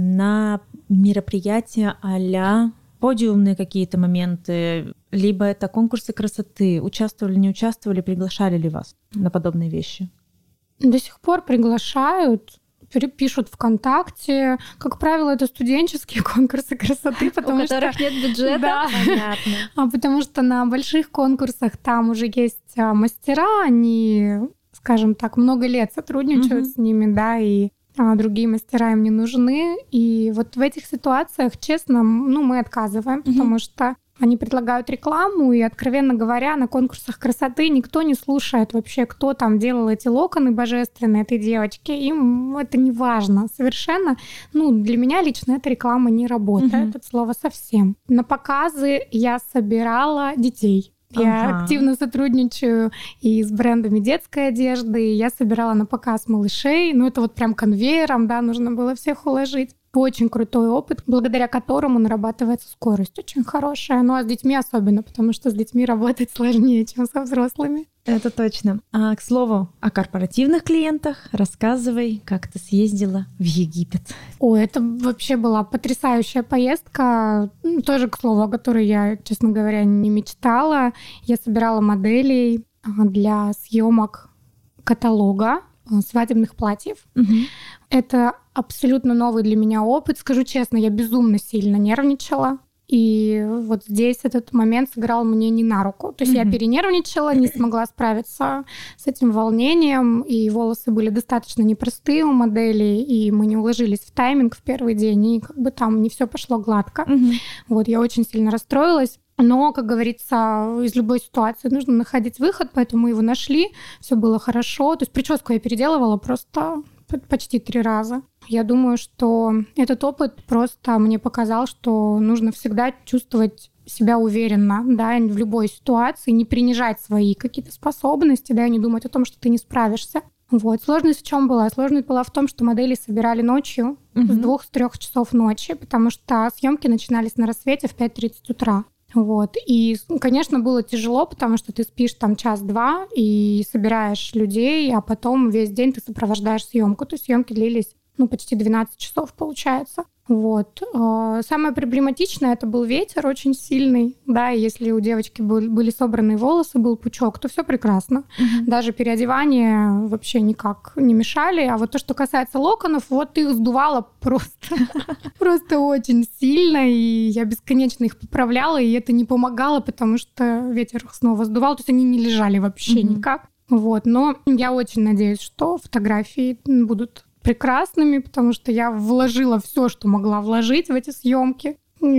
На мероприятия а-ля подиумные какие-то моменты, либо это конкурсы красоты, участвовали, не участвовали, приглашали ли вас на подобные вещи? До сих пор приглашают, пишут ВКонтакте. Как правило, это студенческие конкурсы красоты, потому у которых что... нет бюджета. Да. Понятно. А потому что на больших конкурсах там уже есть мастера, они, скажем так, много лет сотрудничают mm-hmm. с ними, да, и а, другие мастера им не нужны. И вот в этих ситуациях, честно, ну, мы отказываем, mm-hmm. потому что они предлагают рекламу, и, откровенно говоря, на конкурсах красоты никто не слушает вообще, кто там делал эти локоны божественные этой девочки. Им это не важно совершенно. Ну, для меня лично эта реклама не работает, от слова совсем. На показы я собирала детей. Я ага. активно сотрудничаю и с брендами детской одежды, и я собирала на показ малышей. Ну, это вот прям конвейером, да, нужно было всех уложить. очень крутой опыт, благодаря которому нарабатывается скорость очень хорошая. Ну а с детьми особенно, потому что с детьми работать сложнее, чем со взрослыми. Это точно. А, к слову, о корпоративных клиентах рассказывай, как ты съездила в Египет. О, это вообще была потрясающая поездка. Тоже, к слову, о которой я, честно говоря, не мечтала. Я собирала моделей для съемок каталога свадебных платьев. Угу. Это абсолютно новый для меня опыт. Скажу честно, я безумно сильно нервничала. И вот здесь этот момент сыграл мне не на руку. То есть mm-hmm. я перенервничала, не смогла справиться с этим волнением, и волосы были достаточно непростые у модели, и мы не уложились в тайминг в первый день, и как бы там не все пошло гладко. Mm-hmm. Вот, я очень сильно расстроилась. Но, как говорится, из любой ситуации нужно находить выход, поэтому мы его нашли, все было хорошо. То есть прическу я переделывала просто почти три раза. Я думаю, что этот опыт просто мне показал, что нужно всегда чувствовать себя уверенно, да, в любой ситуации, не принижать свои какие-то способности, да, не думать о том, что ты не справишься. Вот. Сложность в чем была? Сложность была в том, что модели собирали ночью, mm-hmm. с двух-трех часов ночи, потому что съемки начинались на рассвете в пять тридцать утра. Вот. И, конечно, было тяжело, потому что ты спишь там час-два и собираешь людей, а потом весь день ты сопровождаешь съемку. То есть съемки длились ну, почти двенадцать часов, получается. Вот. Самое проблематичное — это был ветер очень сильный. Да, и если у девочки были собраны волосы, был пучок, то все прекрасно. Mm-hmm. Даже переодевание вообще никак не мешали. А вот то, что касается локонов, вот их сдувало просто, просто очень сильно. И я бесконечно их поправляла, и это не помогало, потому что ветер их снова сдувал. То есть они не лежали вообще mm-hmm. никак. Вот. Но я очень надеюсь, что фотографии будут прекрасными, потому что я вложила все, что могла вложить в эти съемки.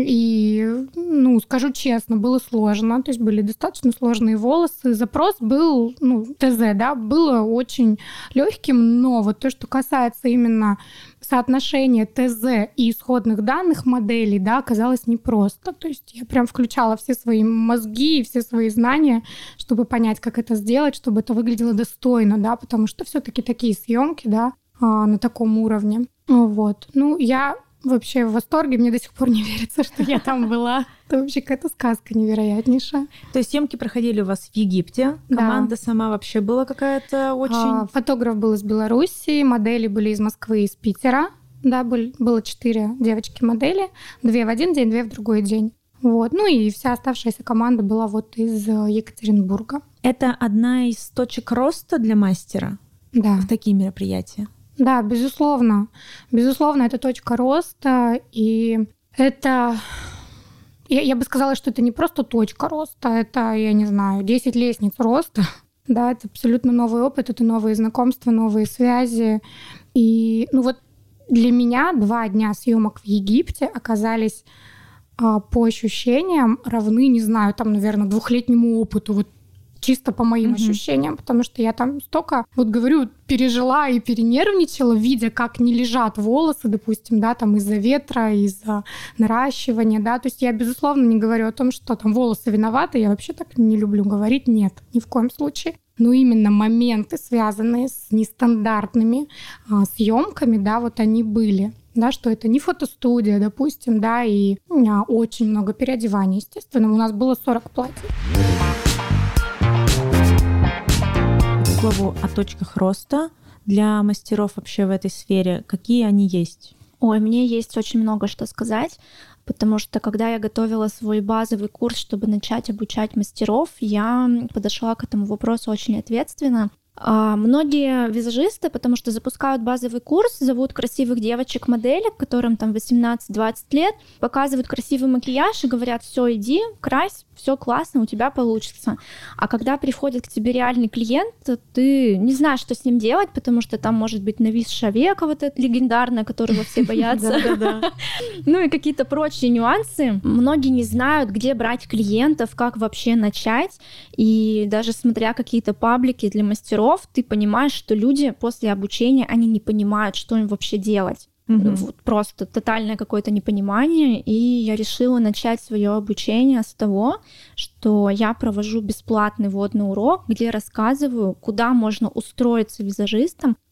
И, ну, скажу честно, было сложно. То есть были достаточно сложные волосы. Запрос был, ну, ТЗ, да, было очень легким, но вот то, что касается именно соотношения ТЗ и исходных данных моделей, да, оказалось непросто. То есть я прям включала все свои мозги и все свои знания, чтобы понять, как это сделать, чтобы это выглядело достойно, да, потому что все-таки такие съемки, да, на таком уровне. Вот. Ну, я вообще в восторге. Мне до сих пор не верится, что я там была. Это вообще какая-то сказка невероятнейшая. То есть съемки проходили у вас в Египте. Команда да. сама вообще была какая-то очень... А, фотограф был из Беларуси, модели были из Москвы и из Питера. Да, были, было четыре девочки-модели. Две в один день, две в другой день. Вот. Ну и вся оставшаяся команда была вот из Екатеринбурга. Это одна из точек роста для мастера? Да. В такие мероприятия? Да, безусловно. Безусловно, это точка роста, и это... Я, я бы сказала, что это не просто точка роста, это, я не знаю, десять лестниц роста. Да, это абсолютно новый опыт, это новые знакомства, новые связи. И, ну вот, для меня два дня съемок в Египте оказались а, по ощущениям равны, не знаю, там, наверное, двухлетнему опыту, вот чисто по моим mm-hmm. ощущениям, потому что я там столько, вот говорю, пережила и перенервничала, видя, как не лежат волосы, допустим, да, там из-за ветра, из-за наращивания, да, то есть я, безусловно, не говорю о том, что там волосы виноваты, я вообще так не люблю говорить, нет, ни в коем случае. Но именно моменты, связанные с нестандартными а, съемками, да, вот они были. Да, что это не фотостудия, допустим, да, и а, очень много переодеваний, естественно. У нас было сорок платьев. К слову о точках роста для мастеров вообще в этой сфере, какие они есть? Ой, мне есть очень много что сказать, потому что когда я готовила свой базовый курс, чтобы начать обучать мастеров, я подошла к этому вопросу очень ответственно. А многие визажисты, потому что запускают базовый курс, зовут красивых девочек-моделек, которым там восемнадцать-двадцать лет, показывают красивый макияж и говорят: все, иди, крась, все классно, у тебя получится. А когда приходит к тебе реальный клиент, ты не знаешь, что с ним делать, потому что там может быть нависшая века вот эта легендарная, которого все боятся. Ну и какие-то прочие нюансы. Многие не знают, где брать клиентов, как вообще начать. И даже смотря какие-то паблики для мастеров, ты понимаешь, что люди после обучения, они не понимают, что им вообще делать. Mm-hmm. Вот просто тотальное какое-то непонимание. И я решила начать свое обучение с того, что я провожу бесплатный вводный урок, где рассказываю, куда можно устроиться визажистом,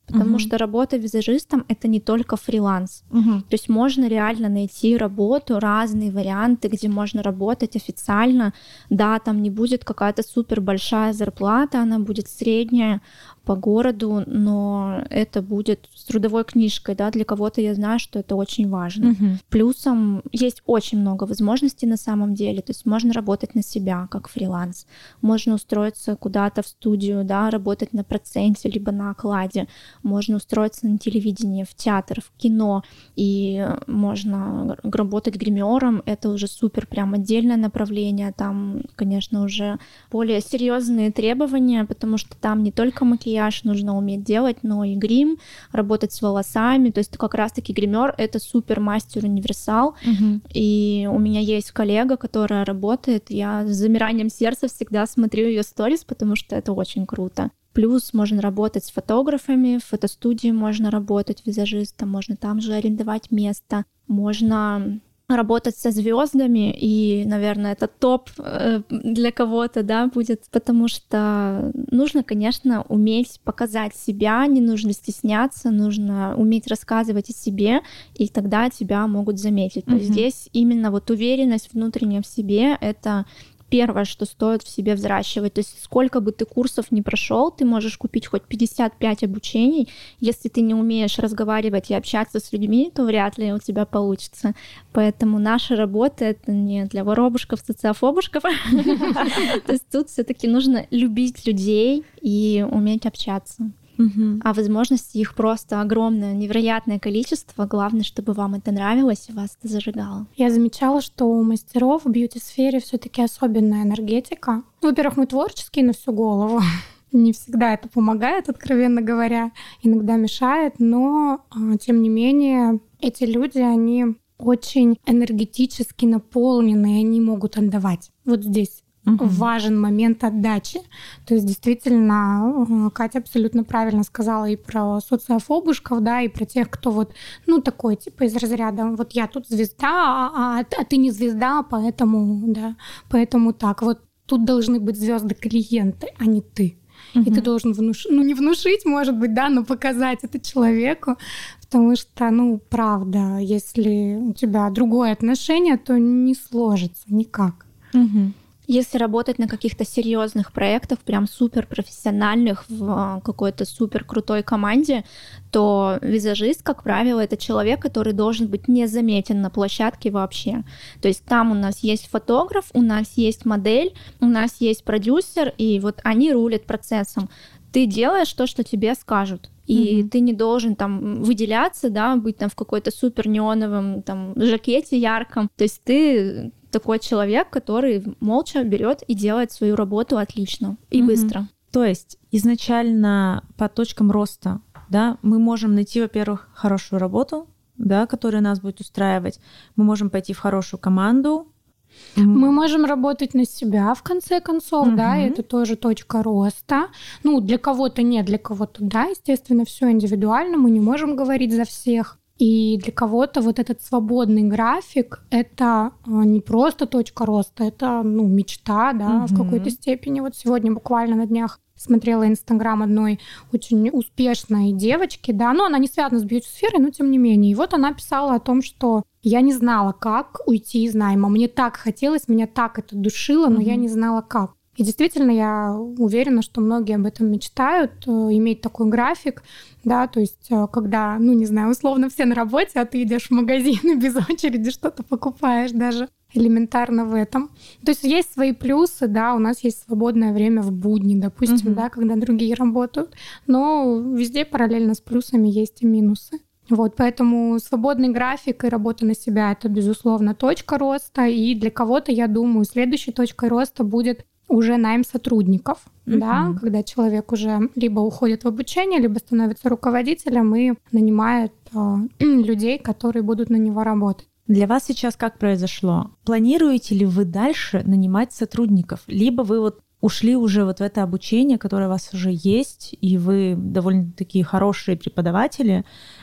потому угу. что работа визажистом — это не только фриланс. Угу. То есть можно реально найти работу, разные варианты, где можно работать официально. Да, там не будет какая-то супер большая зарплата, она будет средняя по городу, но это будет с трудовой книжкой, да, для кого-то я знаю, что это очень важно. Угу. Плюсом есть очень много возможностей на самом деле, то есть можно работать на себя как фриланс, можно устроиться куда-то в студию, да, работать на проценте либо на окладе, можно устроиться на телевидение, в театр, в кино, и можно работать гримером, это уже супер прям отдельное направление, там, конечно, уже более серьезные требования, потому что там не только макияж нужно уметь делать, но и грим, работать с волосами, то есть как раз-таки гример — это супер мастер-универсал, Угу. и у меня есть коллега, которая работает, я с замиранием сердца всегда смотрю ее сторис, потому что это очень круто. Плюс можно работать с фотографами, в фотостудии можно работать визажистом, можно там же арендовать место, можно работать со звездами, и, наверное, это топ для кого-то, да, будет, потому что нужно, конечно, уметь показать себя, не нужно стесняться, нужно уметь рассказывать о себе, и тогда тебя могут заметить. То есть здесь именно вот уверенность внутренняя в себе — это первое, что стоит в себе взращивать. То есть сколько бы ты курсов не прошел, ты можешь купить хоть пятьдесят пять обучений. Если ты не умеешь разговаривать и общаться с людьми, то вряд ли у тебя получится. Поэтому наша работа — это не для воробушков, социофобушков. То есть тут все-таки нужно любить людей и уметь общаться. Угу. А возможностей их просто огромное, невероятное количество. Главное, чтобы вам это нравилось и вас это зажигало. Я замечала, что у мастеров в бьюти-сфере все-таки особенная энергетика. Во-первых, мы творческие на всю голову. Не всегда это помогает, откровенно говоря. Иногда мешает, но тем не менее эти люди, они очень энергетически наполнены, и они могут отдавать. Вот здесь Uh-huh. важен момент отдачи. То есть действительно, Катя абсолютно правильно сказала и про социофобушков, да, и про тех, кто вот, ну, такой, типа из разряда, вот я тут звезда, а, а ты не звезда, поэтому, да, поэтому так. Вот тут должны быть звезды клиенты, а не ты. Uh-huh. И ты должен внушить, ну, не внушить, может быть, да, но показать это человеку, потому что, ну, правда, если у тебя другое отношение, то не сложится никак. Угу. Если работать на каких-то серьезных проектах, прям супер профессиональных, в какой-то супер крутой команде, то визажист, как правило, это человек, который должен быть незаметен на площадке вообще. То есть там у нас есть фотограф, у нас есть модель, у нас есть продюсер, и вот они рулят процессом. Ты делаешь то, что тебе скажут. И mm-hmm. ты не должен там выделяться, да, быть там в какой-то супер неоновом там жакете ярком. То есть ты такой человек, который молча берет и делает свою работу отлично и mm-hmm. быстро. То есть изначально по точкам роста, да, мы можем найти, во-первых, хорошую работу, да, которая нас будет устраивать. Мы можем пойти в хорошую команду. Мы можем работать на себя, в конце концов, угу. да, это тоже точка роста. Ну, для кого-то нет, для кого-то да, естественно, все индивидуально, мы не можем говорить за всех. И для кого-то вот этот свободный график — это не просто точка роста, это, ну, мечта, да, угу. в какой-то степени. Вот сегодня буквально на днях смотрела инстаграм одной очень успешной девочки, да, но она не связана с бьюти-сферой, но тем не менее. И вот она писала о том, что я не знала, как уйти из найма. Мне так хотелось, меня так это душило, но mm-hmm. я не знала, как. И действительно, я уверена, что многие об этом мечтают, иметь такой график, да, то есть когда, ну, не знаю, условно все на работе, а ты идешь в магазин и без очереди что-то покупаешь даже. Элементарно в этом. То есть есть свои плюсы, да, у нас есть свободное время в будни, допустим, uh-huh. да, когда другие работают, но везде параллельно с плюсами есть и минусы. Вот, поэтому свободный график и работа на себя — это, безусловно, точка роста, и для кого-то, я думаю, следующей точкой роста будет уже найм сотрудников, uh-huh. да, когда человек уже либо уходит в обучение, либо становится руководителем и нанимает э, людей, которые будут на него работать. Для вас сейчас как произошло? Планируете ли вы дальше нанимать сотрудников? Либо вы вот ушли уже вот в это обучение, которое у вас уже есть, и вы довольно-таки хорошие преподаватели,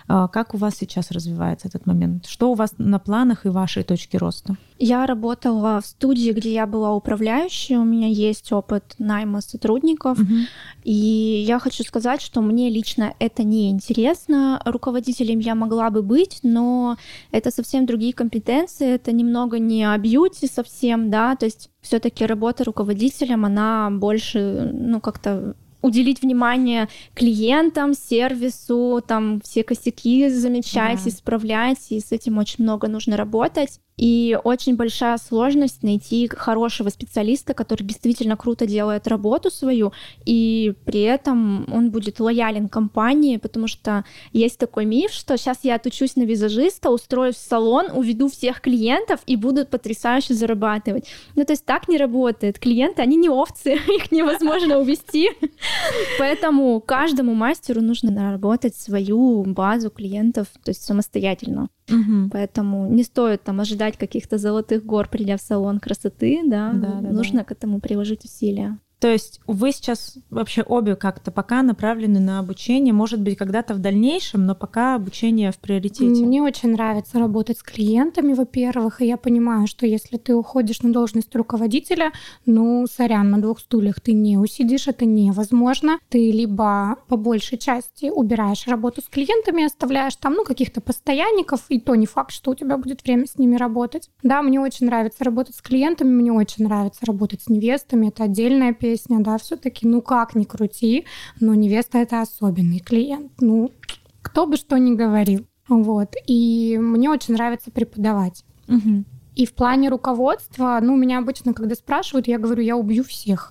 Как у вас сейчас развивается этот момент? Что у вас на планах и вашей точке роста? Я работала в студии, где я была управляющей. У меня есть опыт найма сотрудников. Угу. И я хочу сказать, что мне лично это не интересно. Руководителем я могла бы быть, но это совсем другие компетенции. Это немного не о бьюти совсем, да. То есть все-таки работа руководителем, она больше, ну, как-то уделить внимание клиентам, сервису, там все косяки замечать, да. исправлять, и с этим очень много нужно работать. И очень большая сложность найти хорошего специалиста, который действительно круто делает работу свою, и при этом он будет лоялен компании, потому что есть такой миф, что сейчас я отучусь на визажиста, устроюсь в салон, уведу всех клиентов и буду потрясающе зарабатывать. Ну, то есть так не работает. Клиенты, они не овцы, их невозможно увести. Поэтому каждому мастеру нужно наработать свою базу клиентов, то есть самостоятельно. Угу. Поэтому не стоит там ожидать каких-то золотых гор, придя в салон красоты, да, да, да нужно да. к этому приложить усилия. То есть вы сейчас вообще обе как-то пока направлены на обучение, может быть, когда-то в дальнейшем, но пока обучение в приоритете. Мне очень нравится работать с клиентами, во-первых, и я понимаю, что если ты уходишь на должность руководителя, ну, сорян, на двух стульях ты не усидишь, это невозможно. Ты либо по большей части убираешь работу с клиентами, оставляешь там, ну, каких-то постоянников, и то не факт, что у тебя будет время с ними работать. Да, мне очень нравится работать с клиентами, мне очень нравится работать с невестами, это отдельная песня. Песня, да, все-таки, ну как ни крути, но невеста — это особенный клиент. Ну, кто бы что ни говорил. Вот. И мне очень нравится преподавать. Угу. И в плане руководства, ну, меня обычно, когда спрашивают, я говорю, я убью всех.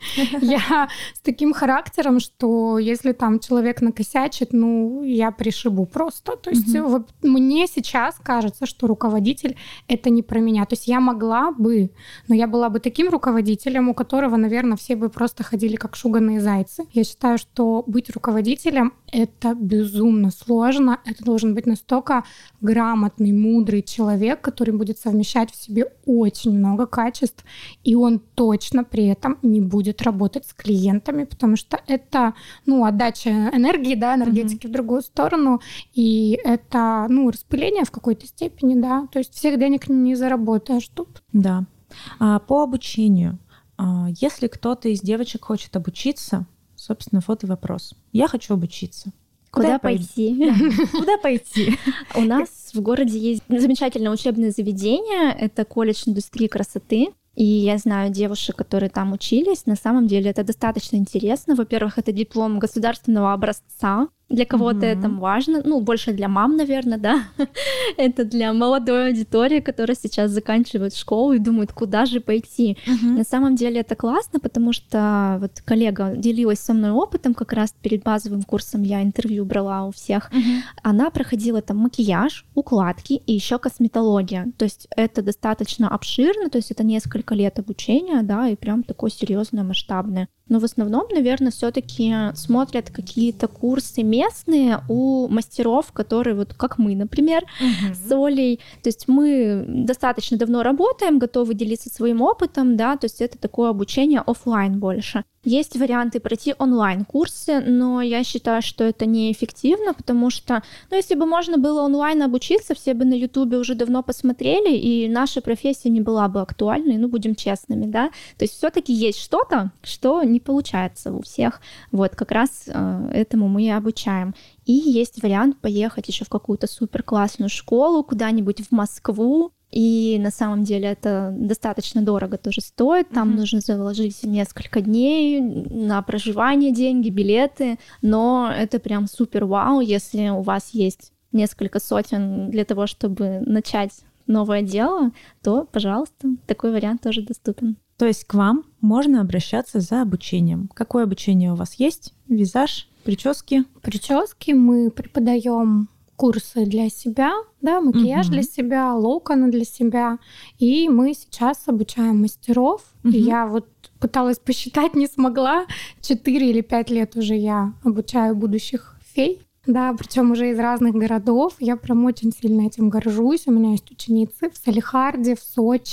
Я с таким характером, что если там человек накосячит, ну, я пришибу просто. То есть вот мне сейчас кажется, что руководитель — это не про меня. То есть я могла бы, но я была бы таким руководителем, у которого, наверное, все бы просто ходили как шуганые зайцы. Я считаю, что быть руководителем — это безумно сложно. Это должен быть настолько грамотный, мудрый человек, который будет совмещать в себе очень много качеств, и он точно при этом не будет работать с клиентами, потому что это, ну, отдача энергии, да, энергетики mm-hmm. в другую сторону, и это, ну, распыление в какой-то степени, да, то есть всех денег не заработаешь тут. Да. А по обучению, если кто-то из девочек хочет обучиться, собственно, вот и вопрос. Я хочу обучиться. Куда, Куда пойти? Куда пойти? У нас в городе есть замечательное учебное заведение. Это колледж индустрии красоты. И я знаю девушек, которые там учились. На самом деле это достаточно интересно. Во-первых, это диплом государственного образца. Для кого-то mm-hmm. это важно, ну, больше для мам, наверное, да. Это для молодой аудитории, которая сейчас заканчивает школу и думает, куда же пойти. Mm-hmm. На самом деле это классно, потому что вот коллега делилась со мной опытом, как раз перед базовым курсом я интервью брала у всех. Mm-hmm. Она проходила там макияж, укладки и еще косметология. То есть это достаточно обширно, то есть это несколько лет обучения, да, и прям такое серьезное, масштабное. Но в основном, наверное, все-таки смотрят какие-то курсы местные у мастеров, которые вот как мы, например, uh-huh. с Олей. То есть мы достаточно давно работаем, готовы делиться своим опытом, да, то есть это такое обучение офлайн больше. Есть варианты пройти онлайн-курсы, но я считаю, что это неэффективно, потому что, ну, если бы можно было онлайн обучиться, все бы на Ютубе уже давно посмотрели, и наша профессия не была бы актуальной, ну, будем честными, да. То есть все-таки есть что-то, что не получается у всех. Вот как раз э, этому мы и обучаем. И есть вариант поехать еще в какую-то суперклассную школу, куда-нибудь в Москву. И на самом деле это достаточно дорого тоже стоит. Там mm-hmm. нужно заложить несколько дней на проживание, деньги, билеты. Но это прям супер вау, если у вас есть несколько сотен для того, чтобы начать новое дело, то, пожалуйста, такой вариант тоже доступен. То есть к вам можно обращаться за обучением. Какое обучение у вас есть? Визаж, прически? Прически мы преподаем курсы для себя, да, макияж угу. для себя, локоны для себя. И мы сейчас обучаем мастеров. Угу. И я вот пыталась посчитать, не смогла. Четыре или пять лет уже я обучаю будущих фей. Да, причем уже из разных городов. Я прям очень сильно этим горжусь. У меня есть ученицы в Салехарде, в Сочи.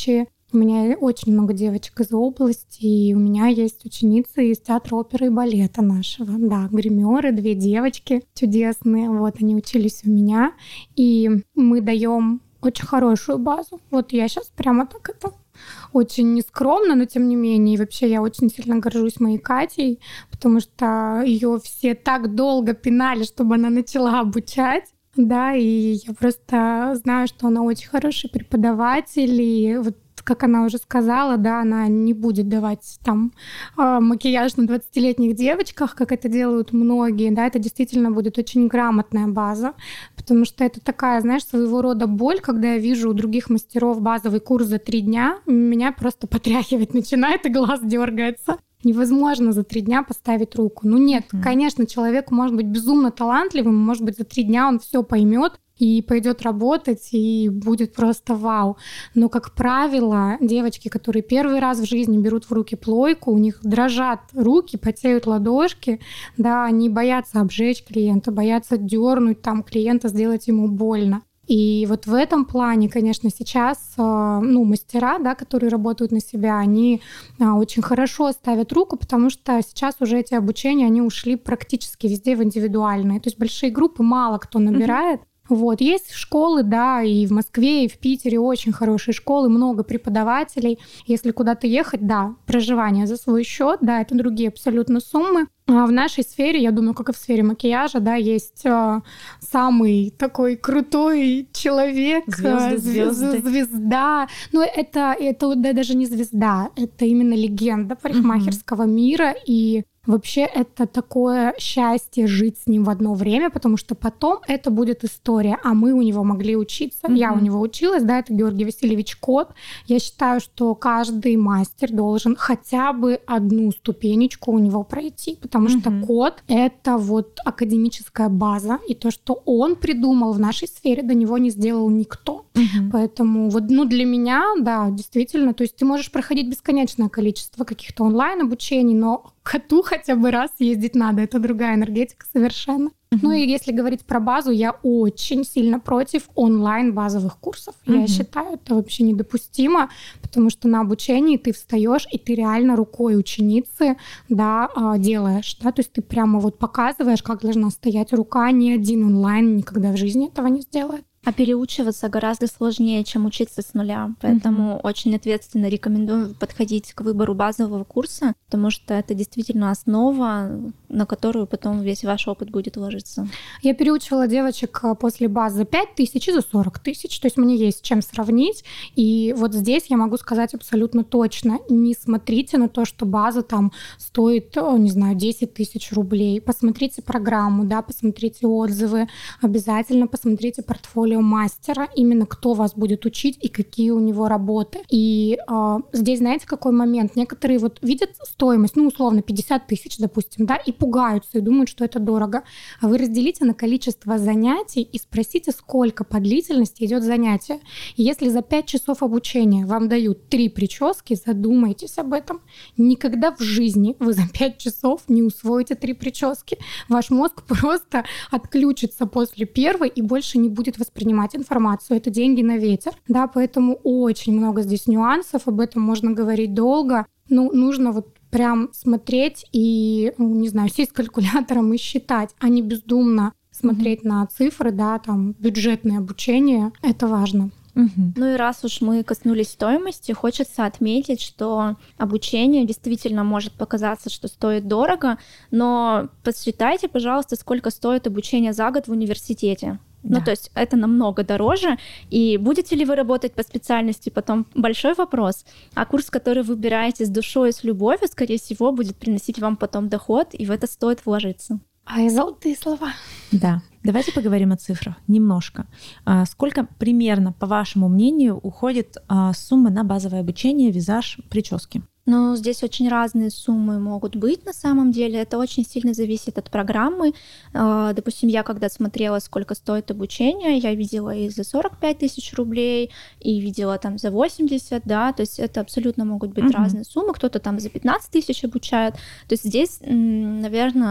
У меня очень много девочек из области, и у меня есть ученицы из театра оперы и балета нашего. Да, гримеры, две девочки чудесные. Вот они учились у меня, и мы даем очень хорошую базу. Вот я сейчас прямо так это очень нескромно, но тем не менее. И вообще я очень сильно горжусь моей Катей, потому что ее все так долго пинали, чтобы она начала обучать. Да, и я просто знаю, что она очень хороший преподаватель, и вот как она уже сказала, да, она не будет давать там макияж на двадцатилетних девочках, как это делают многие, да, это действительно будет очень грамотная база, потому что это такая, знаешь, своего рода боль, когда я вижу у других мастеров базовый курс за три дня, меня просто потряхивать начинает, и глаз дергается. Невозможно за три дня поставить руку. Ну нет, mm. конечно, человек может быть безумно талантливым, может быть, за три дня он все поймет и пойдет работать, и будет просто вау. Но, как правило, девочки, которые первый раз в жизни берут в руки плойку, у них дрожат руки, потеют ладошки, да, они боятся обжечь клиента, боятся дернуть там клиента, сделать ему больно. И вот в этом плане, конечно, сейчас ну, мастера, да, которые работают на себя, они очень хорошо ставят руку, потому что сейчас уже эти обучения, они ушли практически везде в индивидуальные. То есть большие группы мало кто набирает. Mm-hmm. Вот. Есть школы, да, и в Москве, и в Питере очень хорошие школы, много преподавателей. Если куда-то ехать, да, проживание за свой счет, да, это другие абсолютно суммы. А в нашей сфере, я думаю, как и в сфере макияжа, да, есть э, самый такой крутой человек, звезды, звезды. звезда. Но это, это да, даже не звезда, это именно легенда парикмахерского mm-hmm. мира. И вообще это такое счастье жить с ним в одно время, потому что потом это будет история, а мы у него могли учиться. Mm-hmm. Я у него училась, да, это Георгий Васильевич Кот. Я считаю, что каждый мастер должен хотя бы одну ступенечку у него пройти, потому Потому mm-hmm. что код — это вот академическая база, и то, что он придумал в нашей сфере, до него не сделал никто. Mm-hmm. Поэтому вот, ну, для меня, да, действительно, то есть ты можешь проходить бесконечное количество каких-то онлайн-обучений, но коту хотя бы раз ездить надо, это другая энергетика совершенно. Mm-hmm. Ну и если говорить про базу, я очень сильно против онлайн-базовых курсов. Mm-hmm. Я считаю, это вообще недопустимо, потому что на обучении ты встаешь и ты реально рукой ученицы, да, делаешь, да, то есть ты прямо вот показываешь, как должна стоять рука, ни один онлайн никогда в жизни этого не сделает. А переучиваться гораздо сложнее, чем учиться с нуля. Поэтому mm-hmm. очень ответственно рекомендую подходить к выбору базового курса, потому что это действительно основа, на которую потом весь ваш опыт будет ложиться. Я переучивала девочек после баз за пять тысяч и за сорок тысяч. То есть мне есть с чем сравнить. И вот здесь я могу сказать абсолютно точно. Не смотрите на то, что база там стоит, не знаю, десять тысяч рублей. Посмотрите программу, да, посмотрите отзывы. Обязательно посмотрите портфолио мастера, именно кто вас будет учить и какие у него работы. И э, здесь, знаете, какой момент? Некоторые вот видят стоимость, ну, условно, пятьдесят тысяч, допустим, да, и пугаются, и думают, что это дорого. А вы разделите на количество занятий и спросите, сколько по длительности идет занятие. И если за пять часов обучения вам дают три прически, задумайтесь об этом. Никогда в жизни вы за пять часов не усвоите три прически. Ваш мозг просто отключится после первой и больше не будет воспринимать принимать информацию. Это деньги на ветер. Да, поэтому очень много здесь нюансов, об этом можно говорить долго. Ну, нужно вот прям смотреть и, не знаю, сесть с калькулятором и считать, а не бездумно смотреть mm-hmm. на цифры, да, там, бюджетное обучение. Это важно. Угу. Ну и раз уж мы коснулись стоимости, хочется отметить, что обучение действительно может показаться, что стоит дорого, но подсчитайте, пожалуйста, сколько стоит обучение за год в университете. Да. Ну, то есть это намного дороже. И будете ли вы работать по специальности, потом большой вопрос. А курс, который вы выбираете с душой и с любовью, скорее всего, будет приносить вам потом доход, и в это стоит вложиться. А и золотые слова. Да. Давайте поговорим о цифрах немножко. А сколько примерно, по вашему мнению, уходит а, сумма на базовое обучение, визаж, прически? Ну, здесь очень разные суммы могут быть на самом деле. Это очень сильно зависит от программы. Допустим, я когда смотрела, сколько стоит обучение, я видела и за сорок пять тысяч рублей, и видела там за восемьдесят, да, то есть это абсолютно могут быть mm-hmm. разные суммы. Кто-то там за пятнадцать тысяч обучает. То есть здесь, наверное,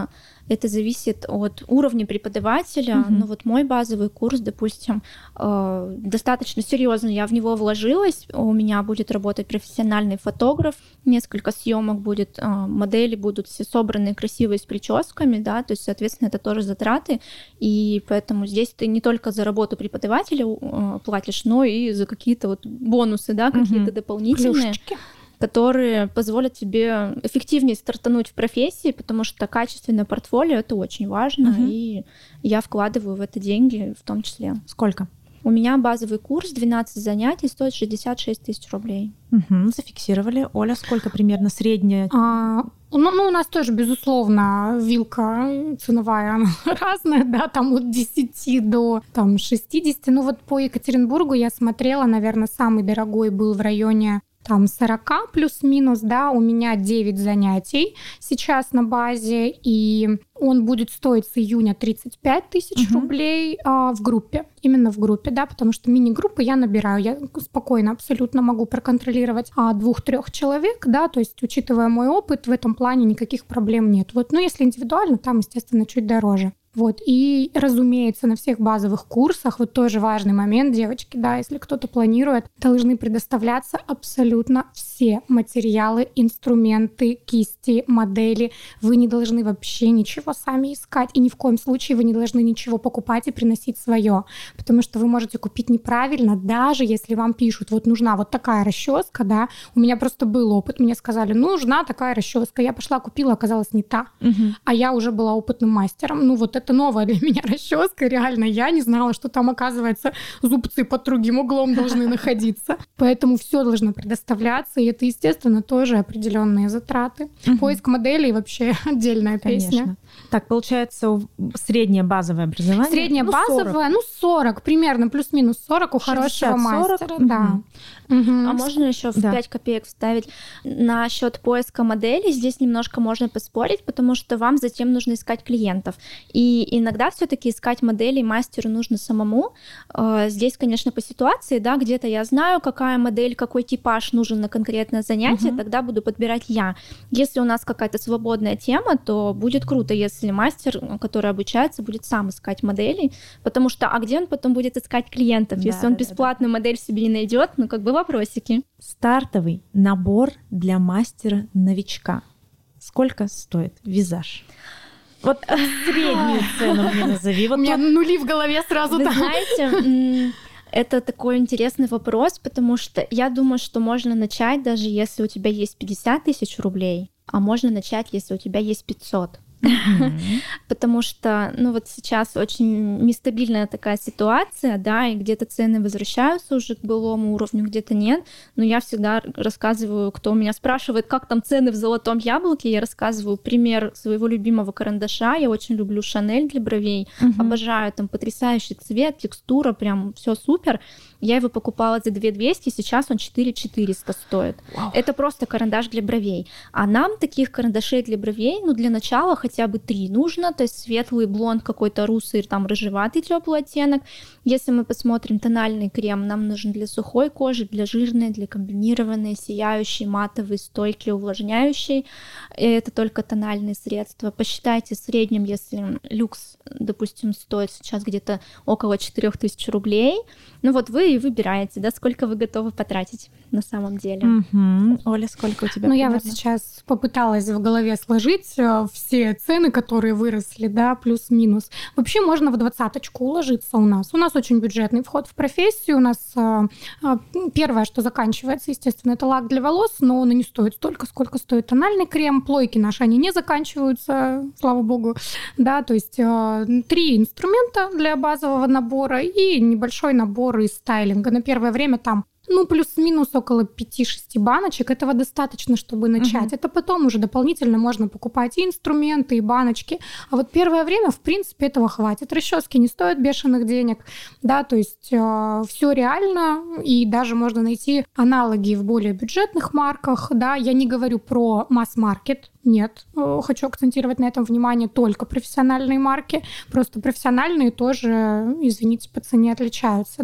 Это зависит от уровня преподавателя. Uh-huh. Ну вот мой базовый курс, допустим, э, достаточно серьезно я в него вложилась. У меня будет работать профессиональный фотограф, несколько съемок будет, э, модели будут все собранные красивые с прическами, да, то есть, соответственно, это тоже затраты, и поэтому здесь ты не только за работу преподавателя э, платишь, но и за какие-то вот бонусы, да, какие-то uh-huh. дополнительные. Плюшечки, которые позволят тебе эффективнее стартануть в профессии, потому что качественное портфолио — это очень важно, uh-huh. и я вкладываю в это деньги в том числе. Сколько? У меня базовый курс двенадцать занятий стоит шестьдесят шесть тысяч рублей. Угу, зафиксировали. Оля, сколько примерно средняя? А, ну, ну, у нас тоже, безусловно, вилка ценовая она разная, да, там от десяти до там, шестидесяти. Ну вот по Екатеринбургу я смотрела, наверное, самый дорогой был в районе там сорок плюс-минус, да, у меня девять занятий сейчас на базе, и он будет стоить с июня тридцать пять тысяч uh-huh. рублей а, в группе, именно в группе, да, потому что мини-группы я набираю, я спокойно абсолютно могу проконтролировать а, двух-трех человек, да, то есть, учитывая мой опыт, в этом плане никаких проблем нет. Вот, ну, если индивидуально, там, естественно, чуть дороже. Вот. И, разумеется, на всех базовых курсах, вот тоже важный момент, девочки, да, если кто-то планирует, должны предоставляться абсолютно все материалы, инструменты, кисти, модели. Вы не должны вообще ничего сами искать, и ни в коем случае вы не должны ничего покупать и приносить свое, потому что вы можете купить неправильно, даже если вам пишут, вот нужна вот такая расческа, да, у меня просто был опыт, мне сказали, нужна такая расческа, я пошла купила, оказалась не та, угу. а я уже была опытным мастером, ну вот это новая для меня расческа, реально, я не знала, что там, оказывается, зубцы под другим углом должны находиться. Поэтому все должно предоставляться, и это, естественно, тоже определенные затраты. Угу. Поиск моделей вообще отдельная Конечно. Песня. Так, получается, среднее базовое образование? Среднее ну, базовое, сорок. ну, сорок, примерно, плюс-минус сорок у хорошего мастера. Угу. Да. Угу. А можно еще в да. пять копеек вставить насчет поиска моделей? Здесь немножко можно поспорить, потому что вам затем нужно искать клиентов. И иногда все-таки искать модели мастеру нужно самому. Здесь, конечно, по ситуации, да, где-то я знаю, какая модель, какой типаж нужен на конкретное занятие, угу. тогда буду подбирать я. Если у нас какая-то свободная тема, то будет круто, если мастер, который обучается, будет сам искать модели, потому что, а где он потом будет искать клиентов? Да, если он да, бесплатную да, да. модель себе не найдет, ну как бы вопросики. Стартовый набор для мастера-новичка. Сколько стоит визаж? Вот среднюю цену мне назови. Вот у меня тут... нули в голове сразу. Вы там. знаете, это такой интересный вопрос, потому что я думаю, что можно начать, даже если у тебя есть пятьдесят тысяч рублей, а можно начать, если у тебя есть пятьсот. Mm-hmm. Потому что, ну вот сейчас очень нестабильная такая ситуация, да, и где-то цены возвращаются уже к былому уровню, где-то нет. Но я всегда рассказываю, кто меня спрашивает, как там цены в золотом яблоке, я рассказываю пример своего любимого карандаша. Я очень люблю Шанель для бровей, mm-hmm. обожаю, там потрясающий цвет, текстура, прям все супер. Я его покупала за две тысячи двести, сейчас он четыре тысячи четыреста стоит. Wow. Это просто карандаш для бровей. А нам таких карандашей для бровей, ну, для начала хотя бы три нужно, то есть светлый блонд, какой-то русый, там, рыжеватый теплый оттенок. Если мы посмотрим тональный крем, нам нужен для сухой кожи, для жирной, для комбинированной, сияющий, матовый, стойкий, увлажняющий. И это только тональные средства. Посчитайте в среднем, если люкс, допустим, стоит сейчас где-то около четыре тысячи рублей, ну вот вы и выбираете, да, сколько вы готовы потратить на самом деле. Mm-hmm. Оля, сколько у тебя? Ну, примерно? я вот сейчас попыталась в голове сложить все цены, которые выросли, да, плюс-минус. Вообще можно в двадцаточку уложиться у нас. У нас очень бюджетный вход в профессию. У нас а, а, первое, что заканчивается, естественно, это лак для волос, но он и не стоит столько, сколько стоит тональный крем. Плойки наши, они не заканчиваются, слава богу. Да, то есть а, три инструмента для базового набора и небольшой набор из стайлинга. На первое время там ну, плюс-минус около пяти-шести баночек. Этого достаточно, чтобы начать. Uh-huh. Это потом уже дополнительно можно покупать и инструменты, и баночки. А вот первое время, в принципе, этого хватит. Расчески не стоят бешеных денег. Да, то есть э, все реально. И даже можно найти аналоги в более бюджетных марках. Да, я не говорю про масс-маркет. Нет, хочу акцентировать на этом внимание, только профессиональные марки. Просто профессиональные тоже, извините, по цене отличаются, да.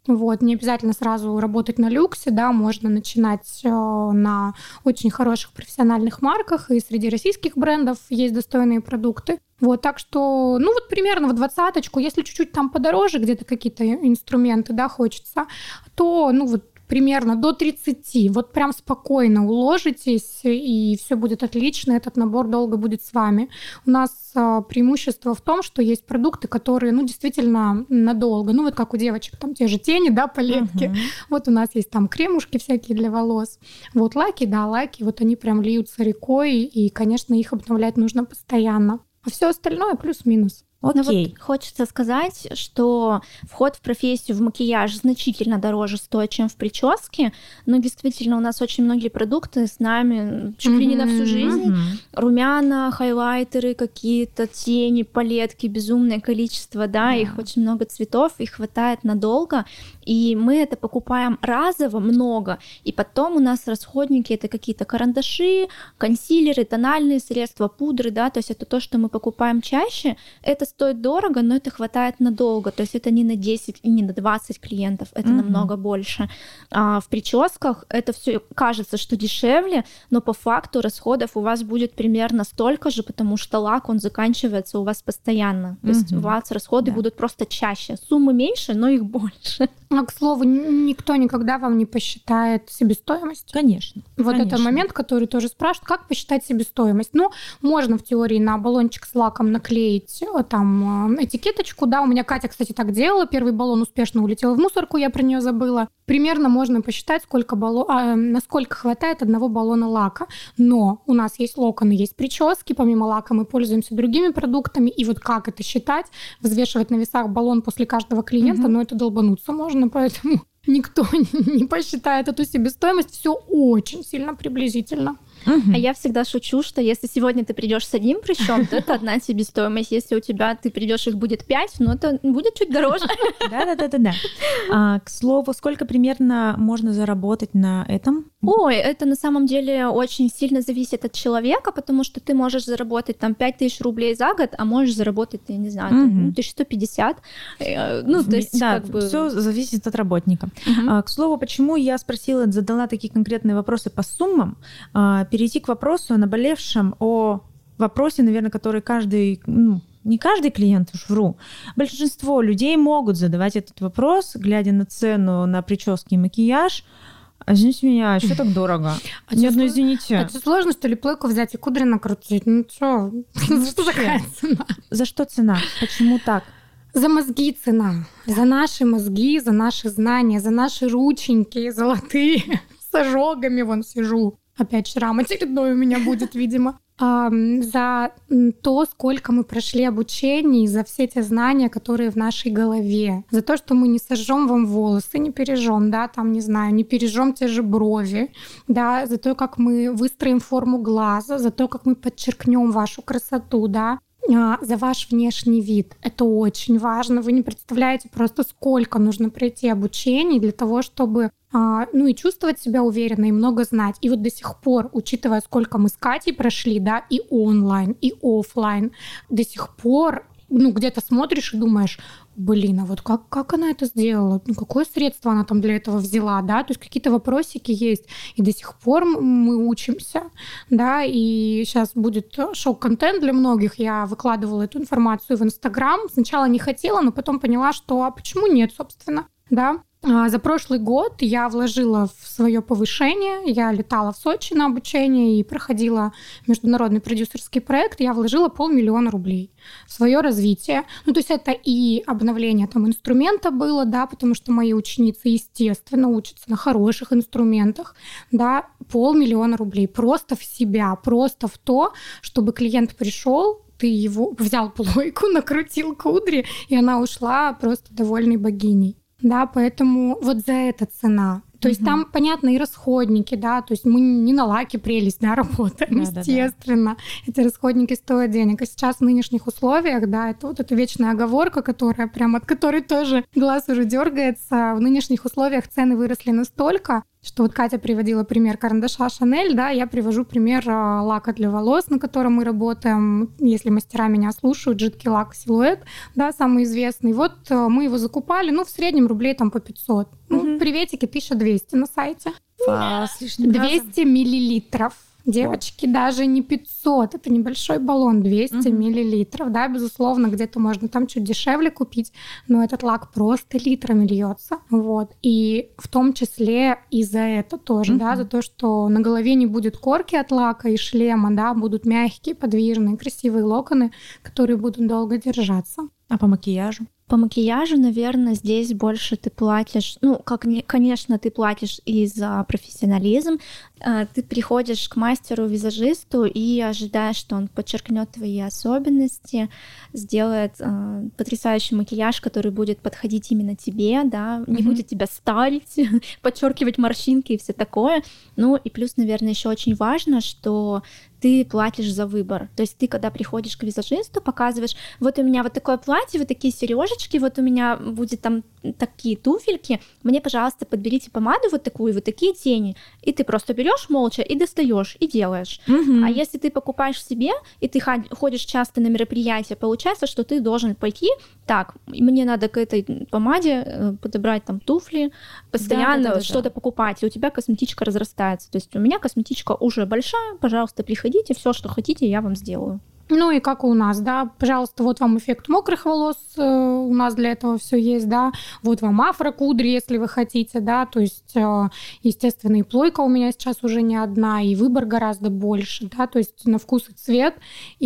Вот, не обязательно сразу работать на люксе, да, можно начинать э, на очень хороших профессиональных марках, и среди российских брендов есть достойные продукты. Вот, так что, ну вот примерно в двадцаточку, если чуть-чуть там подороже, где-то какие-то инструменты, да, хочется, то, ну вот, примерно до тридцати. Вот прям спокойно уложитесь, и все будет отлично, этот набор долго будет с вами. У нас а, преимущество в том, что есть продукты, которые, ну, действительно надолго. Ну, вот как у девочек, там те же тени, да, палетки. Uh-huh. Вот у нас есть там кремушки всякие для волос. Вот лаки, да, лаки, вот они прям льются рекой, и, конечно, их обновлять нужно постоянно. А все остальное плюс-минус. Okay. Но вот хочется сказать, что вход в профессию в макияж значительно дороже стоит, чем в прическе, но действительно у нас очень многие продукты с нами чуть ли не на всю жизнь. Mm-hmm. Румяна, хайлайтеры какие-то, тени, палетки, безумное количество, да, yeah. их очень много цветов, их хватает надолго, и мы это покупаем разово много, и потом у нас расходники — это какие-то карандаши, консилеры, тональные средства, пудры, да, то есть это то, что мы покупаем чаще, это стоит дорого, но это хватает надолго. То есть это не на десять и не на двадцать клиентов, это mm-hmm. намного больше. А в прическах это все кажется, что дешевле, но по факту расходов у вас будет примерно столько же, потому что лак, он заканчивается у вас постоянно. То mm-hmm. есть у вас расходы да. будут просто чаще. Суммы меньше, но их больше. А, к слову, никто никогда вам не посчитает себестоимость? Конечно. Вот конечно. это момент, который тоже спрашивают, как посчитать себестоимость. Ну, можно в теории на баллончик с лаком наклеить там этикеточку, да, у меня Катя, кстати, так делала, первый баллон успешно улетел в мусорку, я про нее забыла. Примерно можно посчитать, сколько баллон, а, насколько хватает одного баллона лака. Но у нас есть локоны, есть прически, помимо лака мы пользуемся другими продуктами, и вот как это считать, взвешивать на весах баллон после каждого клиента, mm-hmm. ну это долбануться можно, поэтому никто не посчитает эту себестоимость, все очень сильно приблизительно. Uh-huh. А я всегда шучу, что если сегодня ты придешь с одним прыщом, то это одна себестоимость. Если у тебя ты придешь, их будет пять, но это будет чуть дороже. Да-да-да-да. К слову, сколько примерно можно заработать на этом? Ой, это на самом деле очень сильно зависит от человека, потому что ты можешь заработать там пять тысяч рублей за год, а можешь заработать, я не знаю, там, тысяча сто пятьдесят. Ну, то есть да, как бы... все зависит от работника. Uh-huh. К слову, почему я спросила, задала такие конкретные вопросы по суммам, перейти к вопросу о наболевшем, о вопросе, наверное, который каждый, ну, не каждый клиент, уж вру, большинство людей могут задавать этот вопрос, глядя на цену на прически и макияж. Извините меня, что так дорого? А Нет, ну извините. Это сложно, что ли, плойку взять и кудри накрутить? Ну что, за что такая цена? За что цена? Почему так? За мозги цена. За наши мозги, за наши знания, за наши рученьки золотые. С ожогами вон сижу. Опять шрам очередной у меня будет, видимо. А, за то, сколько мы прошли обучений, за все те знания, которые в нашей голове. За то, что мы не сожжем вам волосы, не пережжем, да, там, не знаю, не пережжем те же брови, да, за то, как мы выстроим форму глаза, за то, как мы подчеркнем вашу красоту, да, за ваш внешний вид. Это очень важно. Вы не представляете просто, сколько нужно пройти обучений для того, чтобы ну и чувствовать себя уверенно, и много знать. И вот до сих пор, учитывая, сколько мы с Катей прошли, да, и онлайн, и офлайн, до сих пор, ну, где-то смотришь и думаешь, блин, а вот как, как она это сделала? Ну, какое средство она там для этого взяла, да? То есть какие-то вопросики есть. И до сих пор мы учимся, да, и сейчас будет шок-контент для многих. Я выкладывала эту информацию в Инстаграм. Сначала не хотела, но потом поняла, что а почему нет, собственно, да? За прошлый год я вложила в свое повышение, я летала в Сочи на обучение и проходила международный продюсерский проект, я вложила полмиллиона рублей в свое развитие. Ну, то есть это и обновление там инструмента было, да, потому что мои ученицы, естественно, учатся на хороших инструментах, да, полмиллиона рублей просто в себя, просто в то, чтобы клиент пришел, ты его взял плойку, накрутил кудри, и она ушла просто довольной богиней. Да, поэтому вот за это цена. То есть там, понятно, и расходники, да, то есть мы не на лаке прелесть, да, работаем, да, естественно. Да, да. Эти расходники стоят денег. А сейчас в нынешних условиях, да, это вот эта вечная оговорка, которая прям от которой тоже глаз уже дергается. В нынешних условиях цены выросли настолько, что вот Катя приводила пример карандаша Шанель, да, я привожу пример лака для волос, на котором мы работаем, если мастера меня слушают, жидкий лак Силуэт, да, самый известный. Вот мы его закупали, ну, в среднем рублей там по пятьсот. Ну, mm-hmm. приветики, тысяча двести на сайте. По с лишним двести миллилитров. Девочки, даже не пятьсот, это небольшой баллон, двести uh-huh. миллилитров, да, безусловно, где-то можно там чуть дешевле купить, но этот лак просто литрами льется, вот, и в том числе и за это тоже, uh-huh. да, за то, что на голове не будет корки от лака и шлема, да, будут мягкие, подвижные, красивые локоны, которые будут долго держаться. А по макияжу? По макияжу, наверное, здесь больше ты платишь, ну, как, конечно, ты платишь и за профессионализм, ты приходишь к мастеру-визажисту и ожидаешь, что он подчеркнет твои особенности, сделает э, потрясающий макияж, который будет подходить именно тебе, да, не mm-hmm. будет тебя старить, подчеркивать морщинки и все такое. Ну и плюс, наверное, еще очень важно, что ты платишь за выбор. То есть ты, когда приходишь к визажисту, показываешь, вот у меня вот такое платье, вот такие сережечки, вот у меня будет там такие туфельки, мне, пожалуйста, подберите помаду вот такую, вот такие тени. И ты просто берешь молча и достаешь и делаешь. Mm-hmm. А если ты покупаешь себе, и ты ходишь часто на мероприятия, получается, что ты должен пойти, так, мне надо к этой помаде подобрать там туфли, постоянно да, да, да, что-то да. покупать, и у тебя косметичка разрастается. То есть у меня косметичка уже большая, пожалуйста, приходите, все, что хотите, я вам сделаю. Ну и как у нас, да, пожалуйста, вот вам эффект мокрых волос, у нас для этого все есть, да, вот вам афрокудри, если вы хотите, да, то есть, естественно, и плойка у меня сейчас уже не одна, и выбор гораздо больше, да, то есть на вкус и цвет,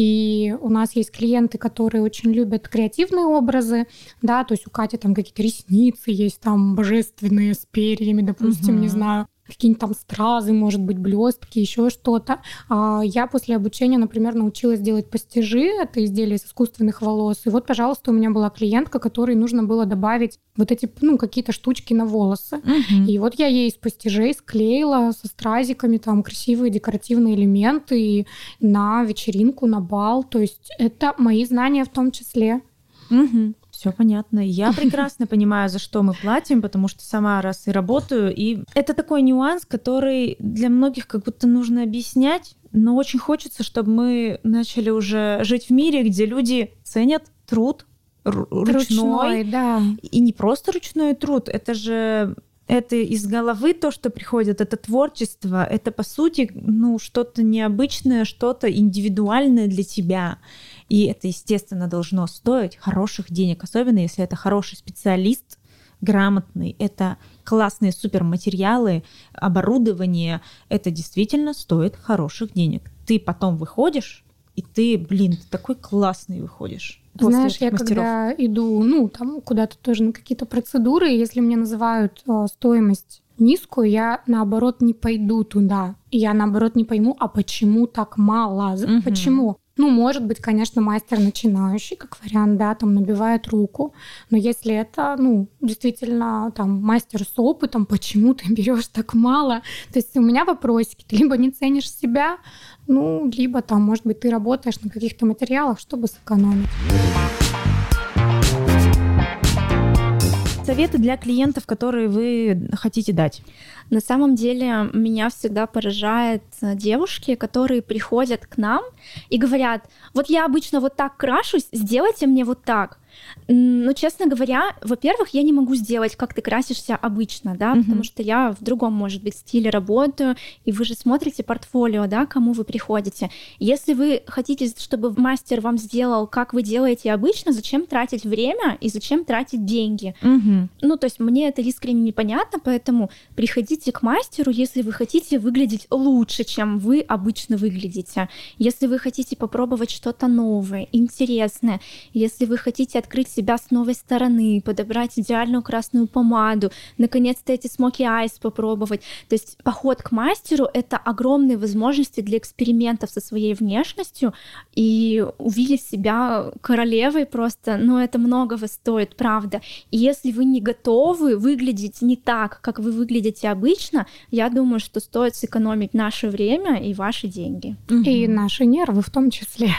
и у нас есть клиенты, которые очень любят креативные образы, да, то есть у Кати там какие-то ресницы есть, там божественные с перьями, допустим, угу. не знаю, какие-нибудь там стразы, может быть, блестки, еще что-то. А я после обучения, например, научилась делать пастижи, это изделия из искусственных волос. И вот, пожалуйста, у меня была клиентка, которой нужно было добавить вот эти, ну, какие-то штучки на волосы. Угу. И вот я ей из пастижей склеила со стразиками там красивые декоративные элементы на вечеринку, на бал. То есть это мои знания в том числе. Угу. Все понятно. Я прекрасно понимаю, за что мы платим, потому что сама раз и работаю. И это такой нюанс, который для многих как будто нужно объяснять, но очень хочется, чтобы мы начали уже жить в мире, где люди ценят труд ручной. ручной да. И не просто ручной труд, это же... Это из головы то, что приходит, это творчество, это, по сути, ну, что-то необычное, что-то индивидуальное для тебя. И это, естественно, должно стоить хороших денег, особенно если это хороший специалист, грамотный, это классные суперматериалы, оборудование, это действительно стоит хороших денег. Ты потом выходишь, и ты, блин, ты такой классный выходишь. Знаешь, я мастеров. Когда иду, ну, там куда-то тоже на какие-то процедуры, если мне называют э, стоимость низкую, я, наоборот, не пойду туда. Я, наоборот, не пойму, а почему так мало? Угу. Почему? Ну, может быть, конечно, мастер начинающий, как вариант, да, там набивает руку. Но если это, ну, действительно, там, мастер с опытом, почему ты берешь так мало? То есть у меня вопросики. Ты либо не ценишь себя, ну, либо там, может быть, ты работаешь на каких-то материалах, чтобы сэкономить. Советы для клиентов, которые вы хотите дать? На самом деле меня всегда поражают девушки, которые приходят к нам и говорят, вот я обычно вот так крашусь, сделайте мне вот так. Ну, честно говоря, во-первых, я не могу сделать, как ты красишься обычно, да, mm-hmm. потому что я в другом, может быть, стиле работаю, и вы же смотрите портфолио, да, кому вы приходите. Если вы хотите, чтобы мастер вам сделал, как вы делаете обычно, зачем тратить время и зачем тратить деньги? Mm-hmm. Ну, то есть мне это искренне непонятно, поэтому приходите к мастеру, если вы хотите выглядеть лучше, чем вы обычно выглядите. Если вы хотите попробовать что-то новое, интересное, если вы хотите открыть себя с новой стороны, подобрать идеальную красную помаду, наконец-то эти смоки айс попробовать. То есть поход к мастеру — это огромные возможности для экспериментов со своей внешностью и увидеть себя королевой просто, ну это многого стоит, правда. И если вы не готовы выглядеть не так, как вы выглядите обычно, я думаю, что стоит сэкономить наше время и ваши деньги. И наши нервы в том числе.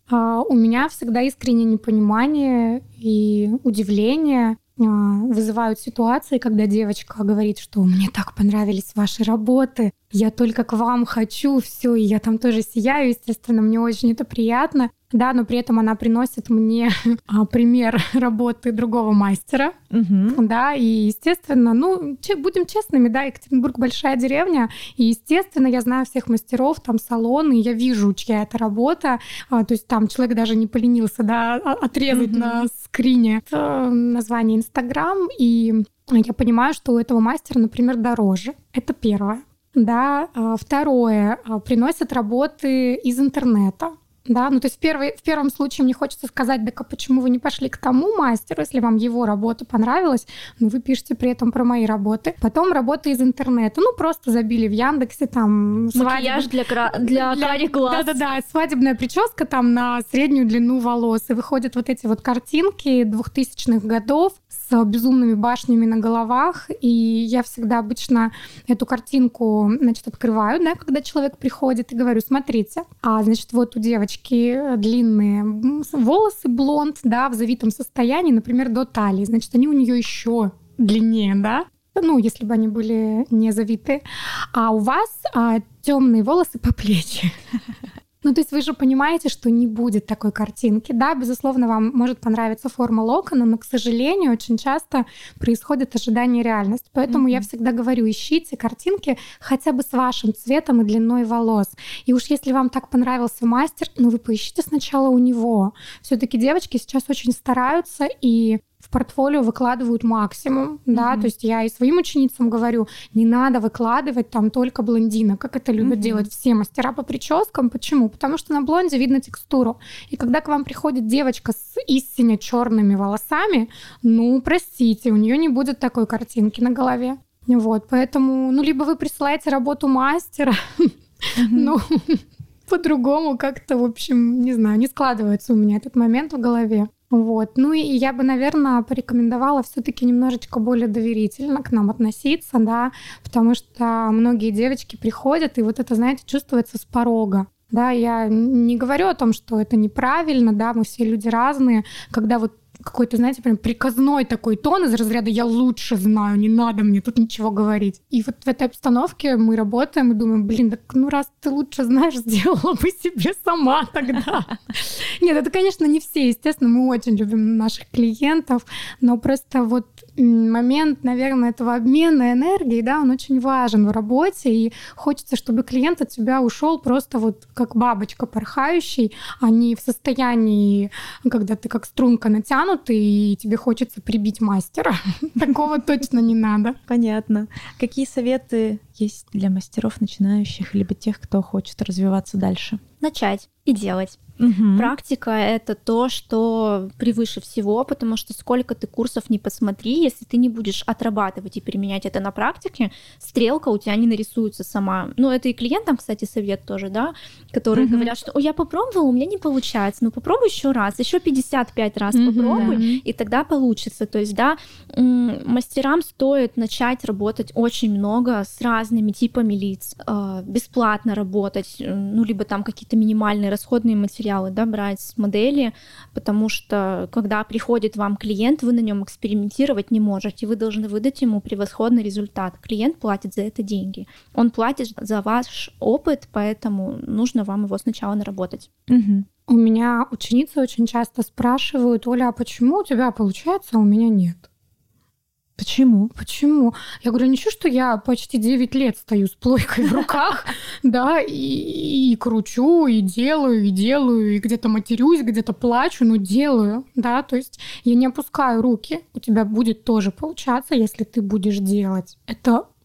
У меня всегда искреннее непонимание и удивление вызывают ситуации, когда девочка говорит, что мне так понравились ваши работы, я только к вам хочу, все, и я там тоже сияю, естественно, мне очень это приятно. Да, но при этом она приносит мне а, пример работы другого мастера. Угу. Да, и, естественно, ну, че, будем честными, да, Екатеринбург — большая деревня, и, естественно, я знаю всех мастеров, там салоны, я вижу, чья это работа, а, то есть там человек даже не поленился, да, отрезать угу. на скрине название Инстаграм, и я понимаю, что у этого мастера, например, дороже. Это первое. Да, а, второе, а, приносят работы из интернета. Да, ну то есть в, первый, в первом случае мне хочется сказать, так а почему вы не пошли к тому мастеру, если вам его работа понравилась, но вы пишете при этом про мои работы. Потом работы из интернета, ну просто забили в Яндексе там... Макияж свадеб... для, кра... для, для карих глаз. Да-да-да, свадебная прическа там на среднюю длину волос, и выходят вот эти вот картинки двухтысячных годов с безумными башнями на головах, и я всегда обычно эту картинку, значит, открываю, да, когда человек приходит, и говорю, смотрите, а, значит, вот у девочки длинные волосы блонд, да, в завитом состоянии, например, до талии. Значит, они у нее еще длиннее, да? Ну, если бы они были не завиты. А у вас а, темные волосы по плечи. Ну, то есть вы же понимаете, что не будет такой картинки. Да, безусловно, вам может понравиться форма локона, но, к сожалению, очень часто происходит ожидание реальности. Поэтому mm-hmm. я всегда говорю, ищите картинки хотя бы с вашим цветом и длиной волос. И уж если вам так понравился мастер, ну вы поищите сначала у него. Все-таки девочки сейчас очень стараются и в портфолио выкладывают максимум, mm-hmm. да, то есть я и своим ученицам говорю, не надо выкладывать там только блондинок, как это любят mm-hmm. делать все мастера по прическам. Почему? Потому что на блонде видно текстуру. И когда к вам приходит девочка с истинно черными волосами, ну, простите, у нее не будет такой картинки на голове. Вот, поэтому, ну, либо вы присылаете работу мастера, mm-hmm. ну, по-другому как-то, в общем, не знаю, не складывается у меня этот момент в голове. Вот. Ну и я бы, наверное, порекомендовала все-таки немножечко более доверительно к нам относиться, да, потому что многие девочки приходят, и вот это, знаете, чувствуется с порога. Да, я не говорю о том, что это неправильно, да, мы все люди разные, когда вот какой-то, знаете, прям приказной такой тон из разряда «я лучше знаю, не надо мне тут ничего говорить». И вот в этой обстановке мы работаем и думаем, блин, так ну раз ты лучше знаешь, сделала бы себе сама тогда. Нет, это, конечно, не все, естественно, мы очень любим наших клиентов, но просто вот момент, наверное, этого обмена энергией, да, он очень важен в работе, и хочется, чтобы клиент от тебя ушел просто вот как бабочка порхающий, а не в состоянии, когда ты как струнка натянут, и тебе хочется прибить мастера. Такого точно не надо. Понятно. Какие советы есть для мастеров начинающих, либо тех, кто хочет развиваться дальше? Начать и делать. Угу. Практика — это то, что превыше всего, потому что сколько ты курсов не посмотри, если ты не будешь отрабатывать и применять это на практике, стрелка у тебя не нарисуется сама. Ну, это и клиентам, кстати, совет тоже, да, которые угу. говорят, что «Ой, я попробовала, у меня не получается, ну попробуй еще раз, еще пятьдесят пять раз угу, попробуй, да. и тогда получится». То есть, да, мастерам стоит начать работать очень много с разными типами лиц, бесплатно работать, ну, либо там какие-то минимальные расходные материалы, да, брать с модели, потому что когда приходит вам клиент, вы на нем экспериментировать не можете, вы должны выдать ему превосходный результат. Клиент платит за это деньги. Он платит за ваш опыт, поэтому нужно вам его сначала наработать. Угу. У меня ученицы очень часто спрашивают: Оля, а почему у тебя получается, а у меня нет? Почему? Почему? Я говорю, ничего, что я почти девять лет стою с плойкой в руках, да, и, и кручу, и делаю, и делаю, и где-то матерюсь, где-то плачу, но делаю, да, то есть я не опускаю руки, у тебя будет тоже получаться, если ты будешь делать. Это вот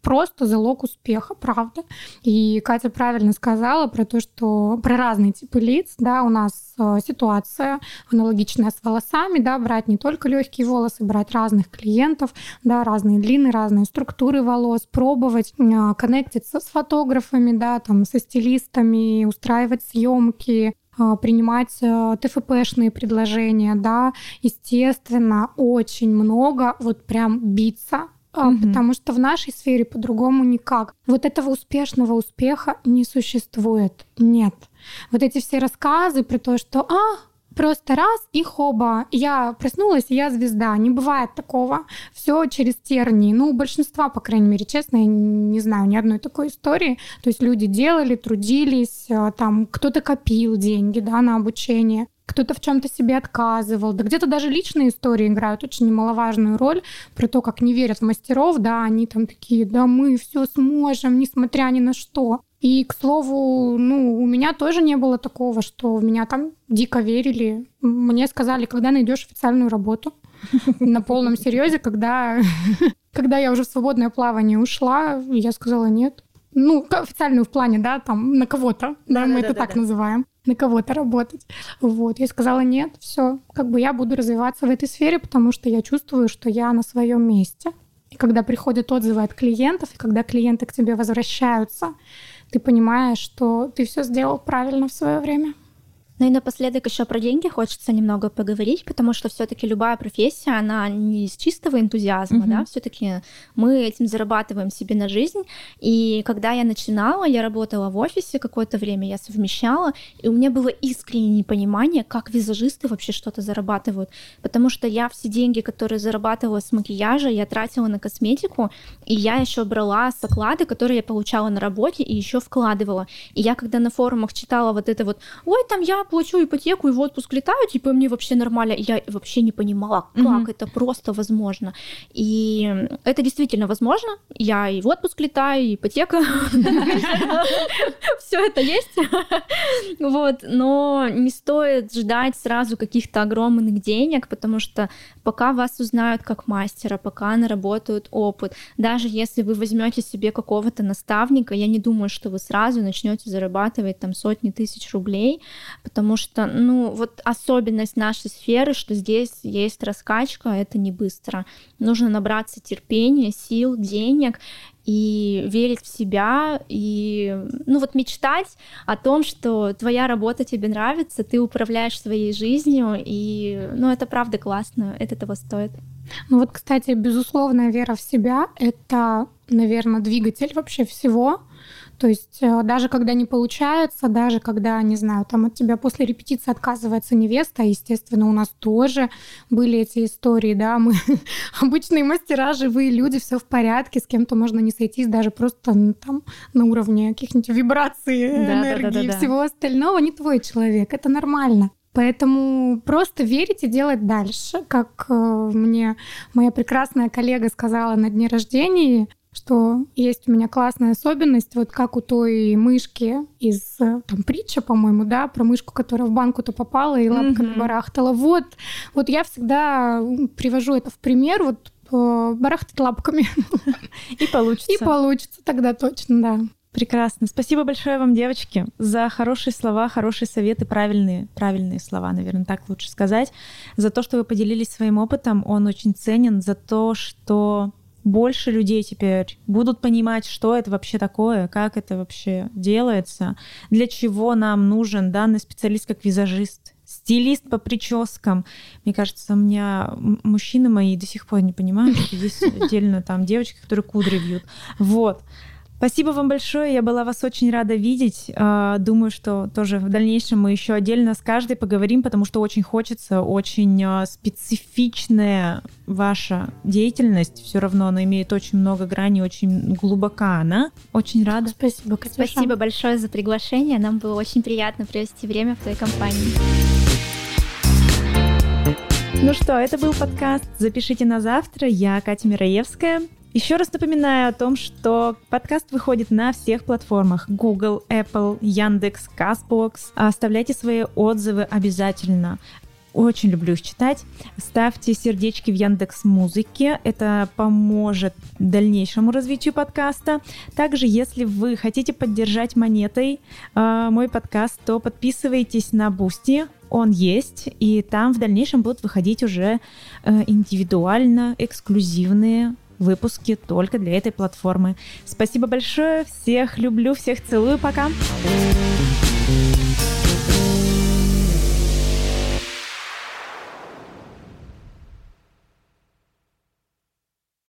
просто залог успеха, правда. И Катя правильно сказала про то, что про разные типы лиц, да, у нас э, ситуация аналогичная с волосами, да, брать не только легкие волосы, брать разных клиентов, да, разные длины, разные структуры волос, пробовать, э, коннектиться с фотографами, да, там, со стилистами, устраивать съемки, принимать ТФПшные предложения, да, естественно, очень много вот прям биться, mm-hmm. потому что в нашей сфере по-другому никак. Вот этого успешного успеха не существует, нет. Вот эти все рассказы про то, что «а, просто раз и хоба, я проснулась, и я звезда». Не бывает такого. Все через тернии. Ну, у большинства, по крайней мере, честно, я не знаю ни одной такой истории. То есть люди делали, трудились, там кто-то копил деньги, да, на обучение, кто-то в чем-то себе отказывал. Да где-то даже личные истории играют очень немаловажную роль про то, как не верят в мастеров, да, они там такие: да мы все сможем, несмотря ни на что. И, к слову, ну, у меня тоже не было такого, что в меня там дико верили. Мне сказали, когда найдешь официальную работу. На полном серьезе, когда, когда я уже в свободное плавание ушла, я сказала нет. Ну, официальную в плане, да, там, на кого-то, да, да мы да, это да, так да. называем, на кого-то работать. Вот, я сказала нет, все, как бы я буду развиваться в этой сфере, потому что я чувствую, что я на своем месте. И когда приходят отзывы от клиентов, и когда клиенты к тебе возвращаются, ты понимаешь, что ты все сделал правильно в свое время. Ну и напоследок еще про деньги хочется немного поговорить, потому что все-таки любая профессия, она не из чистого энтузиазма, mm-hmm. да, все-таки мы этим зарабатываем себе на жизнь. И когда я начинала, я работала в офисе какое-то время, я совмещала, и у меня было искреннее непонимание, как визажисты вообще что-то зарабатывают, потому что я все деньги, которые зарабатывала с макияжа, я тратила на косметику, и я еще брала с оклады, которые я получала на работе, и еще вкладывала. И я когда на форумах читала вот это вот: ой, там я плачу ипотеку и в отпуск летаю, типа, мне вообще нормально. Я вообще не понимала, как mm-hmm. это просто возможно. И это действительно возможно. Я и в отпуск летаю, и ипотека. Все это есть. Вот. Но не стоит ждать сразу каких-то огромных денег, потому что пока вас узнают как мастера, пока наработают опыт, даже если вы возьмете себе какого-то наставника, я не думаю, что вы сразу начнете зарабатывать там сотни тысяч рублей, потому что, ну, вот особенность нашей сферы, что здесь есть раскачка, это не быстро. Нужно набраться терпения, сил, денег и верить в себя, и, ну, вот мечтать о том, что твоя работа тебе нравится, ты управляешь своей жизнью, и, ну, это правда классно, это того стоит. Ну вот, кстати, безусловная вера в себя — это, наверное, двигатель вообще всего. То есть даже когда не получается, даже когда, не знаю, там от тебя после репетиции отказывается невеста, естественно, у нас тоже были эти истории, да, мы обычные мастера, живые люди, все в порядке, с кем-то можно не сойтись даже просто там на уровне каких-нибудь вибраций, да, энергии, да, да, да, да. всего остального, не твой человек, это нормально. Поэтому просто верить и делать дальше. Как э, мне моя прекрасная коллега сказала на дне рождения, что есть у меня классная особенность, вот как у той мышки из там притча, по-моему, да, про мышку, которая в банку-то попала и лапками mm-hmm. барахтала. Вот, вот я всегда привожу это в пример, вот барахтать лапками. И получится. И получится тогда точно, да. Прекрасно. Спасибо большое вам, девочки, за хорошие слова, хорошие советы, правильные, правильные слова, наверное, так лучше сказать, за то, что вы поделились своим опытом, он очень ценен, за то, что больше людей теперь будут понимать, что это вообще такое, как это вообще делается, для чего нам нужен данный специалист как визажист, стилист по прическам. Мне кажется, у меня мужчины мои до сих пор не понимают, что есть отдельно там девочки, которые кудри вьют. Вот. Спасибо вам большое, я была вас очень рада видеть. Думаю, что тоже в дальнейшем мы еще отдельно с каждой поговорим, потому что очень хочется, очень специфичная ваша деятельность. Все равно она имеет очень много граней, очень глубока она. Очень рада. Спасибо, Катюша. Спасибо большое за приглашение. Нам было очень приятно провести время в твоей компании. Ну что, это был подкаст «Запишите на завтра». Я Катя Мираевская. Еще раз напоминаю о том, что подкаст выходит на всех платформах: Google, Apple, Яндекс, Castbox. Оставляйте свои отзывы обязательно. Очень люблю их читать. Ставьте сердечки в Яндекс.Музыке. Это поможет дальнейшему развитию подкаста. Также, если вы хотите поддержать монетой э, мой подкаст, то подписывайтесь на Boosty. Он есть, и там в дальнейшем будут выходить уже э, индивидуально эксклюзивные выпуски только для этой платформы. Спасибо большое. Всех люблю, всех целую. Пока.